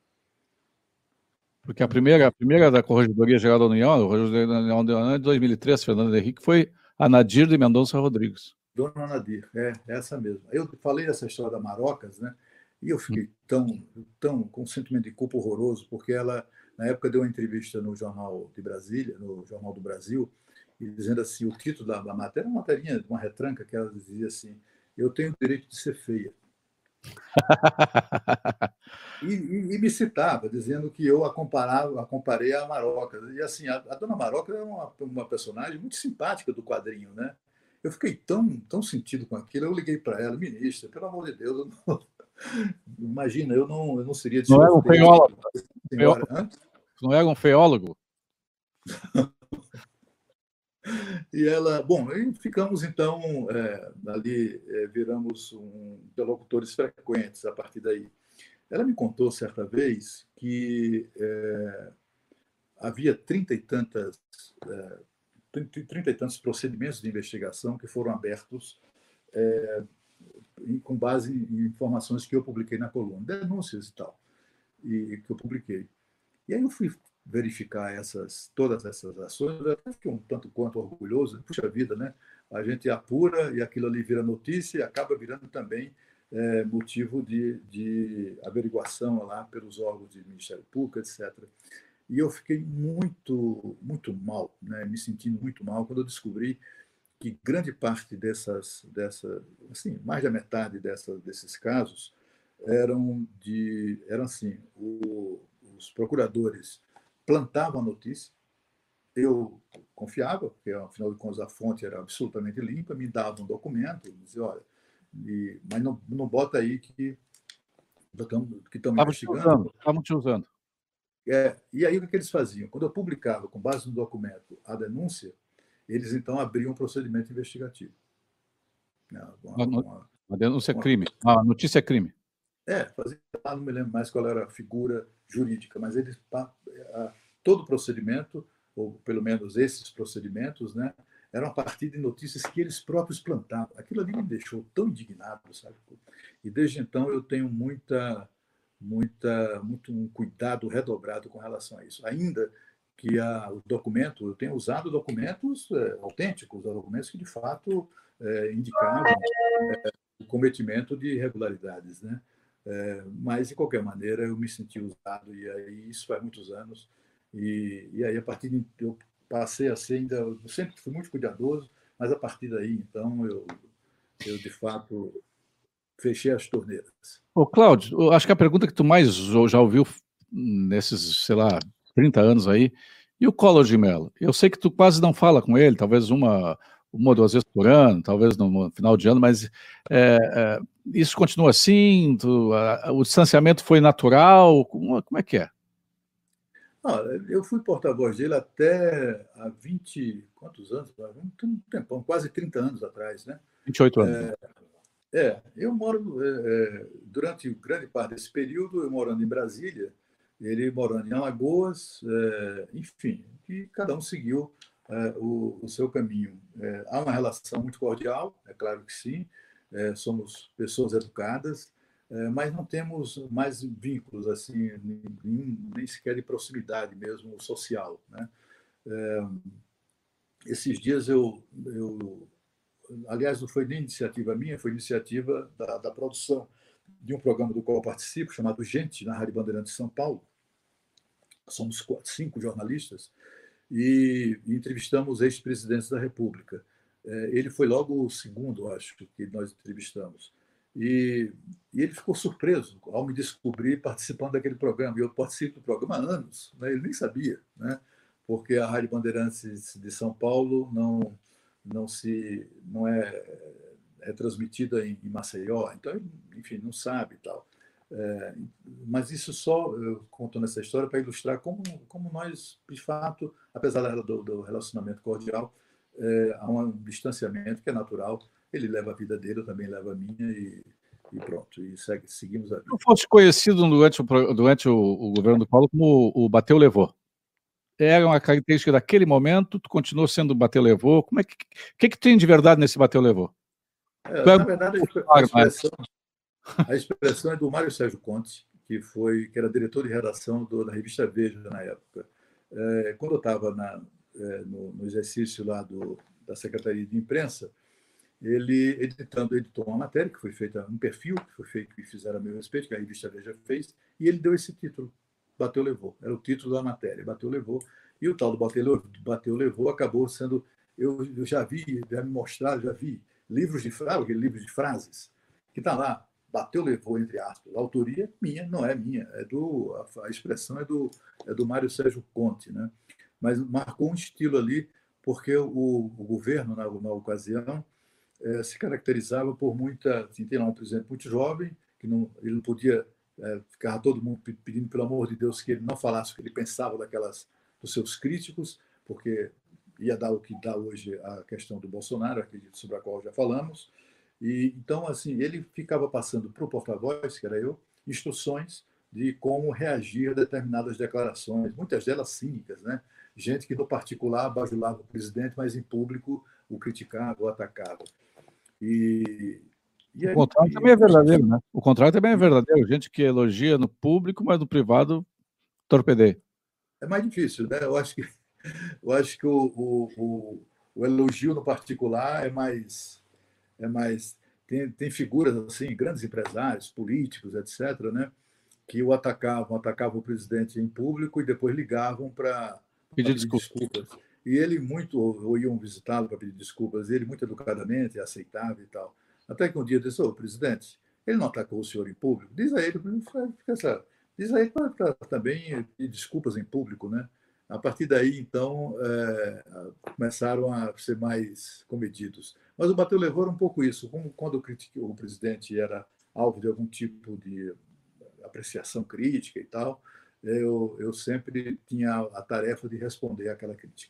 Porque a primeira, a primeira da Corregedoria Geral da União, a Corregedoria da União de dois mil e três, Fernando Henrique, foi a Nadir de Mendonça Rodrigues. Dona Nadir, é essa mesmo. Eu falei essa história da Marocas, né? E eu fiquei tão, tão com um sentimento de culpa horroroso, porque ela, na época, deu uma entrevista no Jornal de Brasília, no Jornal do Brasil, e dizendo assim, o título da, da matéria, uma materinha, uma retranca, que ela dizia assim, eu tenho o direito de ser feia. E, e, e me citava, dizendo que eu a comparava, a comparei a Marocas. E assim, a, a Dona Marocas é uma, uma personagem muito simpática do quadrinho, né? Eu fiquei tão, tão sentido com aquilo, eu liguei para ela, ministra, pelo amor de Deus, eu não... imagina, eu não, eu não seria Não era um feólogo? Senhora, hã? Não era um feólogo? E ela, bom, e ficamos então é, ali, é, viramos um, interlocutores frequentes a partir daí. Ela me contou certa vez que é, havia trinta e tantas, é, trinta e tantos procedimentos de investigação que foram abertos é, com base em informações que eu publiquei na coluna, denúncias e tal, e que eu publiquei. E aí eu fui verificar essas, todas essas ações, eu até fiquei um tanto quanto orgulhoso. Puxa vida, né? A gente apura e aquilo ali vira notícia e acaba virando também é, motivo de, de averiguação lá pelos órgãos do Ministério Público, etcétera. E eu fiquei muito, muito mal, né? Me sentindo muito mal quando eu descobri que grande parte dessas, dessa, assim, mais da metade dessa, desses casos eram de, eram assim, o, os procuradores plantavam a notícia, eu confiava, porque afinal de contas a fonte era absolutamente limpa, me davam um documento, dizia, olha, e, mas não, não bota aí que que estão investigando. Estavam te usando. É, e aí o que eles faziam? Quando eu publicava, com base no documento, a denúncia, eles então abriam um procedimento investigativo. Uma, uma, uma denúncia é crime. A notícia é crime. É, fazia, não me lembro mais qual era a figura jurídica, mas eles, todo o procedimento, ou pelo menos esses procedimentos, né, eram a partir de notícias que eles próprios plantavam. Aquilo ali me deixou tão indignado, sabe? E desde então eu tenho muita, muita, muito um cuidado redobrado com relação a isso. Ainda que a, o documento, eu tenho usado documentos é, autênticos, documentos que de fato é, indicavam é, o cometimento de irregularidades, né? É, mas, de qualquer maneira, eu me senti usado, e aí isso faz muitos anos, e, e aí a partir de eu passei a ser ainda, eu sempre fui muito cuidadoso, mas a partir daí, então, eu, eu de fato fechei as torneiras. Ô, Cláudio, eu acho que a pergunta que tu mais já ouviu nesses, sei lá, trinta anos aí, e o Collor de Mello? Eu sei que tu quase não fala com ele, talvez uma, uma ou duas vezes por ano, talvez no final de ano, mas é, é, isso continua assim? Tu, a, o distanciamento foi natural? Como, como é que é? Ah, eu fui porta-voz dele até há vinte, quantos anos? Um tempão, quase trinta anos atrás, né? vinte e oito anos. Né? É, eu moro, é, durante grande parte desse período, eu morando em Brasília, ele morando em Alagoas, é, enfim, e cada um seguiu é, o, o seu caminho. É, há uma relação muito cordial, é claro que sim, é, somos pessoas educadas, é, mas não temos mais vínculos, assim, nem, nem sequer de proximidade mesmo social, né? É, esses dias eu, eu aliás, não foi nem iniciativa minha, foi iniciativa da, da produção de um programa do qual eu participo, chamado Gente, na Rádio Bandeirantes de São Paulo. Somos quatro, cinco jornalistas e, e entrevistamos ex-presidentes da República. É, ele foi logo o segundo, acho, que nós entrevistamos. E, e ele ficou surpreso ao me descobrir participando daquele programa. E eu participo do programa há anos, né? Ele nem sabia, né? Porque a Rádio Bandeirantes de São Paulo não, não, se, não é, é transmitida em, em Maceió, então, enfim, não sabe e tal. É, mas isso só, eu contando essa história para ilustrar como, como nós, de fato, apesar do, do relacionamento cordial, é, há um distanciamento que é natural. Ele leva a vida dele, eu também levo a minha e, e pronto, e segue, seguimos a vida. Tu foste conhecido durante, o, durante o, o governo do Paulo como o, o bateu levou. Era uma característica daquele momento, tu continuou sendo bateu levou. Como é que, que que tem de verdade nesse bateu levou? É, na verdade, a expressão, a expressão é do Mário Sérgio Conte, que foi que era diretor de redação do, da revista Veja na época. É, quando eu estava é, no, no exercício lá do, da Secretaria de Imprensa, ele editando, editou uma matéria que foi feita, um perfil que foi feito e fizeram a meu respeito, que a revista Veja fez, e ele deu esse título, Bateu Levou. Era o título da matéria, Bateu Levou. E o tal do Bateu, bateu Levou acabou sendo. Eu, eu já vi, já me mostraram, já vi livros de frases, livros de frases, que está lá, Bateu Levou, entre aspas. A autoria minha, não é minha, é do, a, a expressão é do, é do Mário Sérgio Conte, né? Mas marcou um estilo ali, porque o, o governo, na, na ocasião, é, se caracterizava por muita. Assim, tem lá um presidente muito jovem, que não, ele não podia. É, ficava todo mundo pedindo, pelo amor de Deus, que ele não falasse o que ele pensava daquelas, dos seus críticos, porque ia dar o que dá hoje a questão do Bolsonaro, acredito, sobre a qual já falamos. E, então, assim, ele ficava passando para o porta-voz, que era eu, instruções de como reagir a determinadas declarações, muitas delas cínicas, né? Gente que no particular bajulava o presidente, mas em público o criticava, o atacava. E, e o aí, contrário e, também é verdadeiro, né? O contrário também é verdadeiro. Gente que elogia no público, mas no privado torpedeia. É mais difícil, né? Eu acho que, eu acho que o, o, o, o elogio no particular é mais. É mais tem, tem figuras assim, grandes empresários, políticos, etcétera, né? Que o atacavam, atacavam o presidente em público e depois ligavam para Pedir pedir desculpa. desculpas. E ele muito, ou iam visitá-lo para pedir desculpas, ele muito educadamente aceitava e tal. Até que um dia disse, ô, presidente, ele não atacou o senhor em público? Diz a ele, essa, diz a ele para também pedir desculpas em público, né? A partir daí, então, é, começaram a ser mais comedidos. Mas o Bateu Levou era um pouco isso. Como quando o, o presidente era alvo de algum tipo de apreciação crítica e tal, eu, eu sempre tinha a tarefa de responder àquela crítica.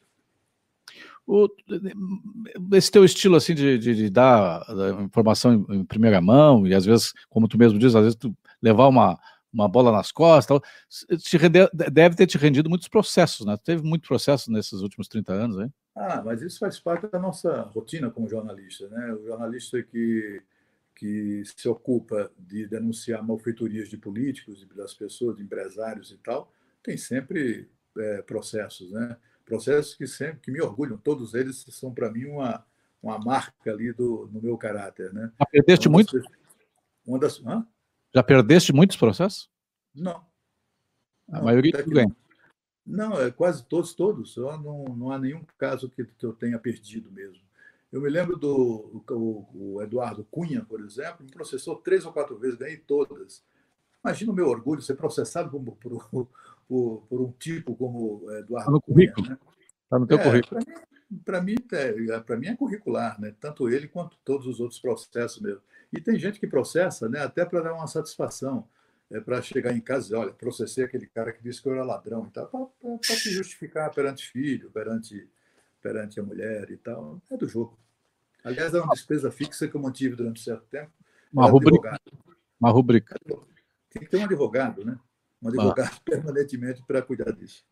O, esse teu estilo assim de, de, de dar informação em, em primeira mão e às vezes, como tu mesmo diz, às vezes tu levar uma, uma bola nas costas, te rende, deve ter te rendido muitos processos, né? Tu teve muito processo nesses últimos trinta anos, hein? Ah, mas isso faz parte da nossa rotina como jornalista, né? O jornalista que que se ocupa de denunciar malfeitorias de políticos, das pessoas, de empresários e tal, tem sempre é, processos, né? Processos que sempre que me orgulham, todos eles são para mim uma, uma marca ali do, no meu caráter, né? Já perdeste uma das, muito? Uma das, hã? Já perdeste muitos processos? Não, A não, maioria até tu que ganha. não. Não, é quase todos, todos. Não, não há nenhum caso que, que eu tenha perdido mesmo. Eu me lembro do o, o Eduardo Cunha, por exemplo, me processou três ou quatro vezes, ganhei todas. Imagina o meu orgulho ser processado como, por, por, por um tipo como Está Eduardo no Cunha. currículo. Né? Está no teu É, currículo. para mim, para mim, é, para mim é curricular, né? Tanto ele quanto todos os outros processos mesmo. E tem gente que processa, né, até para dar uma satisfação, é, para chegar em casa e dizer, olha, processei aquele cara que disse que eu era ladrão e tal, para se justificar perante filho, perante, perante a mulher e tal. É do jogo. Aliás, é uma despesa fixa que eu mantive durante um certo tempo, Uma era rubrica. advogado. Uma rubrica. Tem que ter um advogado, né? Um advogado ah. permanentemente para cuidar disso.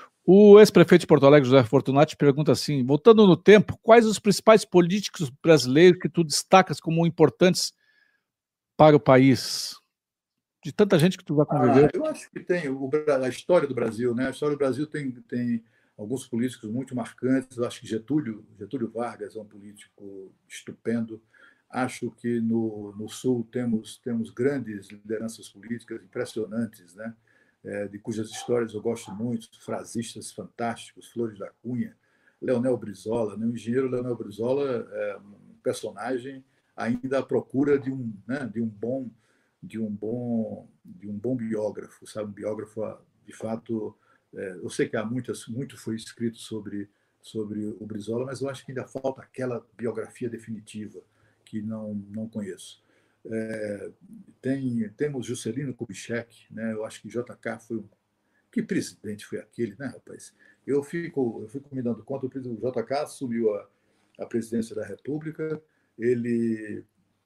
O ex-prefeito de Porto Alegre, José Fortunati, pergunta assim, voltando no tempo, quais os principais políticos brasileiros que tu destacas como importantes para o país? De tanta gente que tu já conviveu. Ah, eu acho que tem o, a história do Brasil, né? A história do Brasil tem, tem alguns políticos muito marcantes. Eu acho que Getúlio, Getúlio Vargas é um político estupendo. Acho que no, no Sul temos, temos grandes lideranças políticas impressionantes, né? É, de cujas histórias eu gosto muito, frasistas fantásticos, Flores da Cunha, Leonel Brizola. Né? O engenheiro Leonel Brizola é um personagem ainda à procura de um, né? de um bom de um bom de um bom biógrafo, sabe, um biógrafo de fato. É, eu sei que há muitas muito foi escrito sobre sobre o Brizola, mas eu acho que ainda falta aquela biografia definitiva que não não conheço. É, tem temos Juscelino Kubitschek, né? Eu acho que J K foi um que presidente foi aquele, né, rapaz? Eu fico eu fico me dando conta, o J K assumiu a, a presidência da República, ele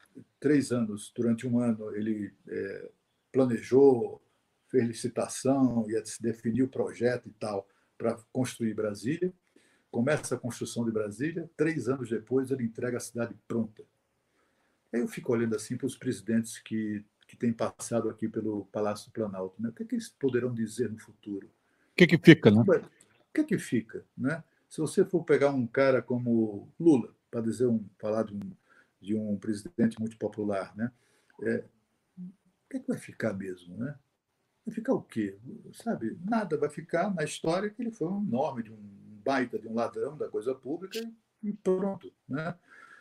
três anos, durante um ano, ele é, planejou, fez licitação, ia definir o projeto e tal para construir Brasília. Começa a construção de Brasília, três anos depois ele entrega a cidade pronta. Aí eu fico olhando assim para os presidentes que, que têm passado aqui pelo Palácio do Planalto. Né? O que, é que eles poderão dizer no futuro? O que, que fica, né? O que é que fica? Né? Se você for pegar um cara como Lula, para dizer um, falar de um de um presidente muito popular, né? É, o que, é que vai ficar mesmo, né? Vai ficar o quê? Sabe? Nada, vai ficar na história que ele foi um enorme, de um baita, de um ladrão da coisa pública e pronto, né?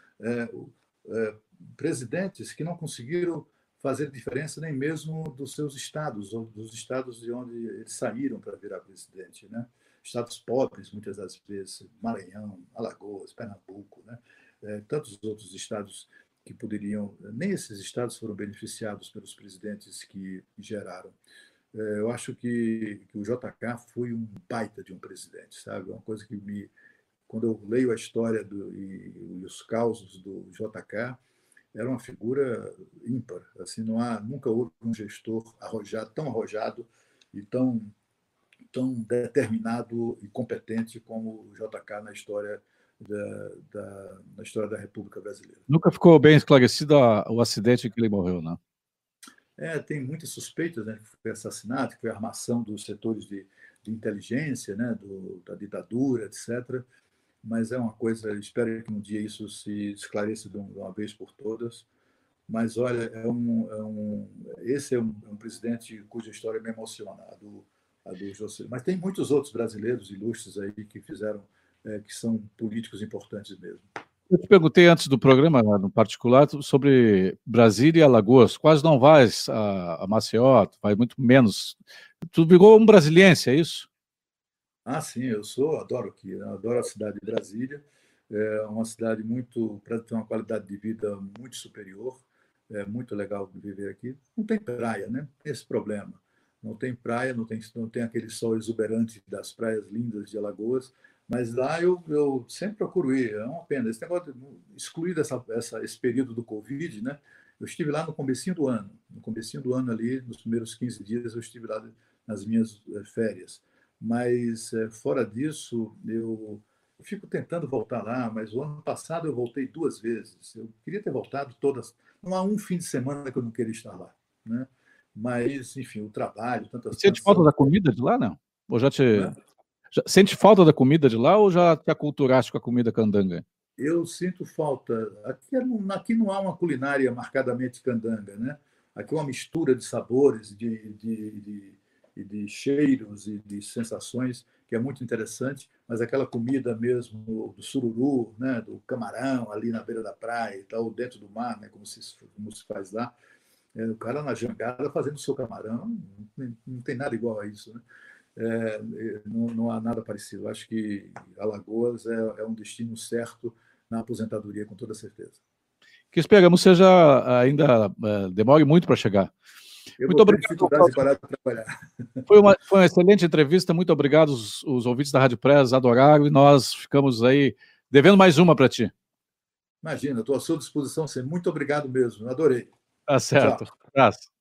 É, é, presidentes que não conseguiram fazer diferença nem mesmo dos seus estados, ou dos estados de onde eles saíram para virar presidente, né? Estados pobres, muitas das vezes, Maranhão, Alagoas, Pernambuco, né? É, tantos outros estados que poderiam, nem esses estados foram beneficiados pelos presidentes que geraram. É, eu acho que, que o J K foi um baita de um presidente, sabe? Uma coisa que me, quando eu leio a história do, e, e os causos do J K, era uma figura ímpar. Assim, não há, nunca houve um gestor arrojado, tão arrojado e tão, tão determinado e competente como o J K na história da, da, na história da República Brasileira. Nunca ficou bem esclarecido a, o acidente em que ele morreu, né? É, tem muitas suspeitas, né, que foi assassinato, que foi armação dos setores de, de inteligência, né, do, da ditadura, etcétera. Mas é uma coisa, espero que um dia isso se esclareça de uma vez por todas. Mas, olha, é um, é um, esse é um, é um presidente cuja história me emociona, a do, a do José. Mas tem muitos outros brasileiros ilustres aí que fizeram, é, que são políticos importantes mesmo. Eu te perguntei antes do programa, no particular, sobre Brasília e Alagoas. Quase não vais a, a Maceió, vai muito menos. Tu virou um brasiliense, é isso? Ah, sim, eu sou, adoro aqui, eu adoro a cidade de Brasília. É uma cidade muito, para ter uma qualidade de vida muito superior. É muito legal viver aqui. Não tem praia, né? Tem esse problema. Não tem praia, não tem, não tem aquele sol exuberante das praias lindas de Alagoas, mas lá eu, eu sempre procuro ir. É uma pena. Esse negócio, excluído essa, essa, esse período do Covid, né? Eu estive lá no comecinho do ano. No comecinho do ano ali, nos primeiros quinze dias, eu estive lá nas minhas férias. Mas, fora disso, eu, eu fico tentando voltar lá, mas o ano passado eu voltei duas vezes. Eu queria ter voltado todas. Não há um fim de semana que eu não queira estar lá, né? Mas, enfim, o trabalho, tantas coisas. Sente falta da comida de lá, não? Ou já te... Né? Já... Sente falta da comida de lá ou já te aculturaste com a comida candanga? Eu sinto falta. Aqui, aqui não há uma culinária marcadamente candanga, né? Aqui é uma mistura de sabores, de, de, de e de cheiros e de sensações, que é muito interessante, mas aquela comida mesmo do sururu, né, do camarão ali na beira da praia e tal, dentro do mar, né, como se, como se faz lá, é, o cara na jangada fazendo o seu camarão, não, não tem nada igual a isso, né? é, não, não há nada parecido. Acho que Alagoas é, é um destino certo na aposentadoria, com toda certeza. Que esperamos seja ainda uh, demore muito para chegar. Eu muito vou ter obrigado, dificuldades de parar de trabalhar. Foi uma, foi uma excelente entrevista, muito obrigado, os, os ouvintes da Rádio Press adoraram e nós ficamos aí devendo mais uma para ti. Imagina, estou à sua disposição sempre. Muito obrigado mesmo, adorei. Tá certo. Tchau. Um abraço.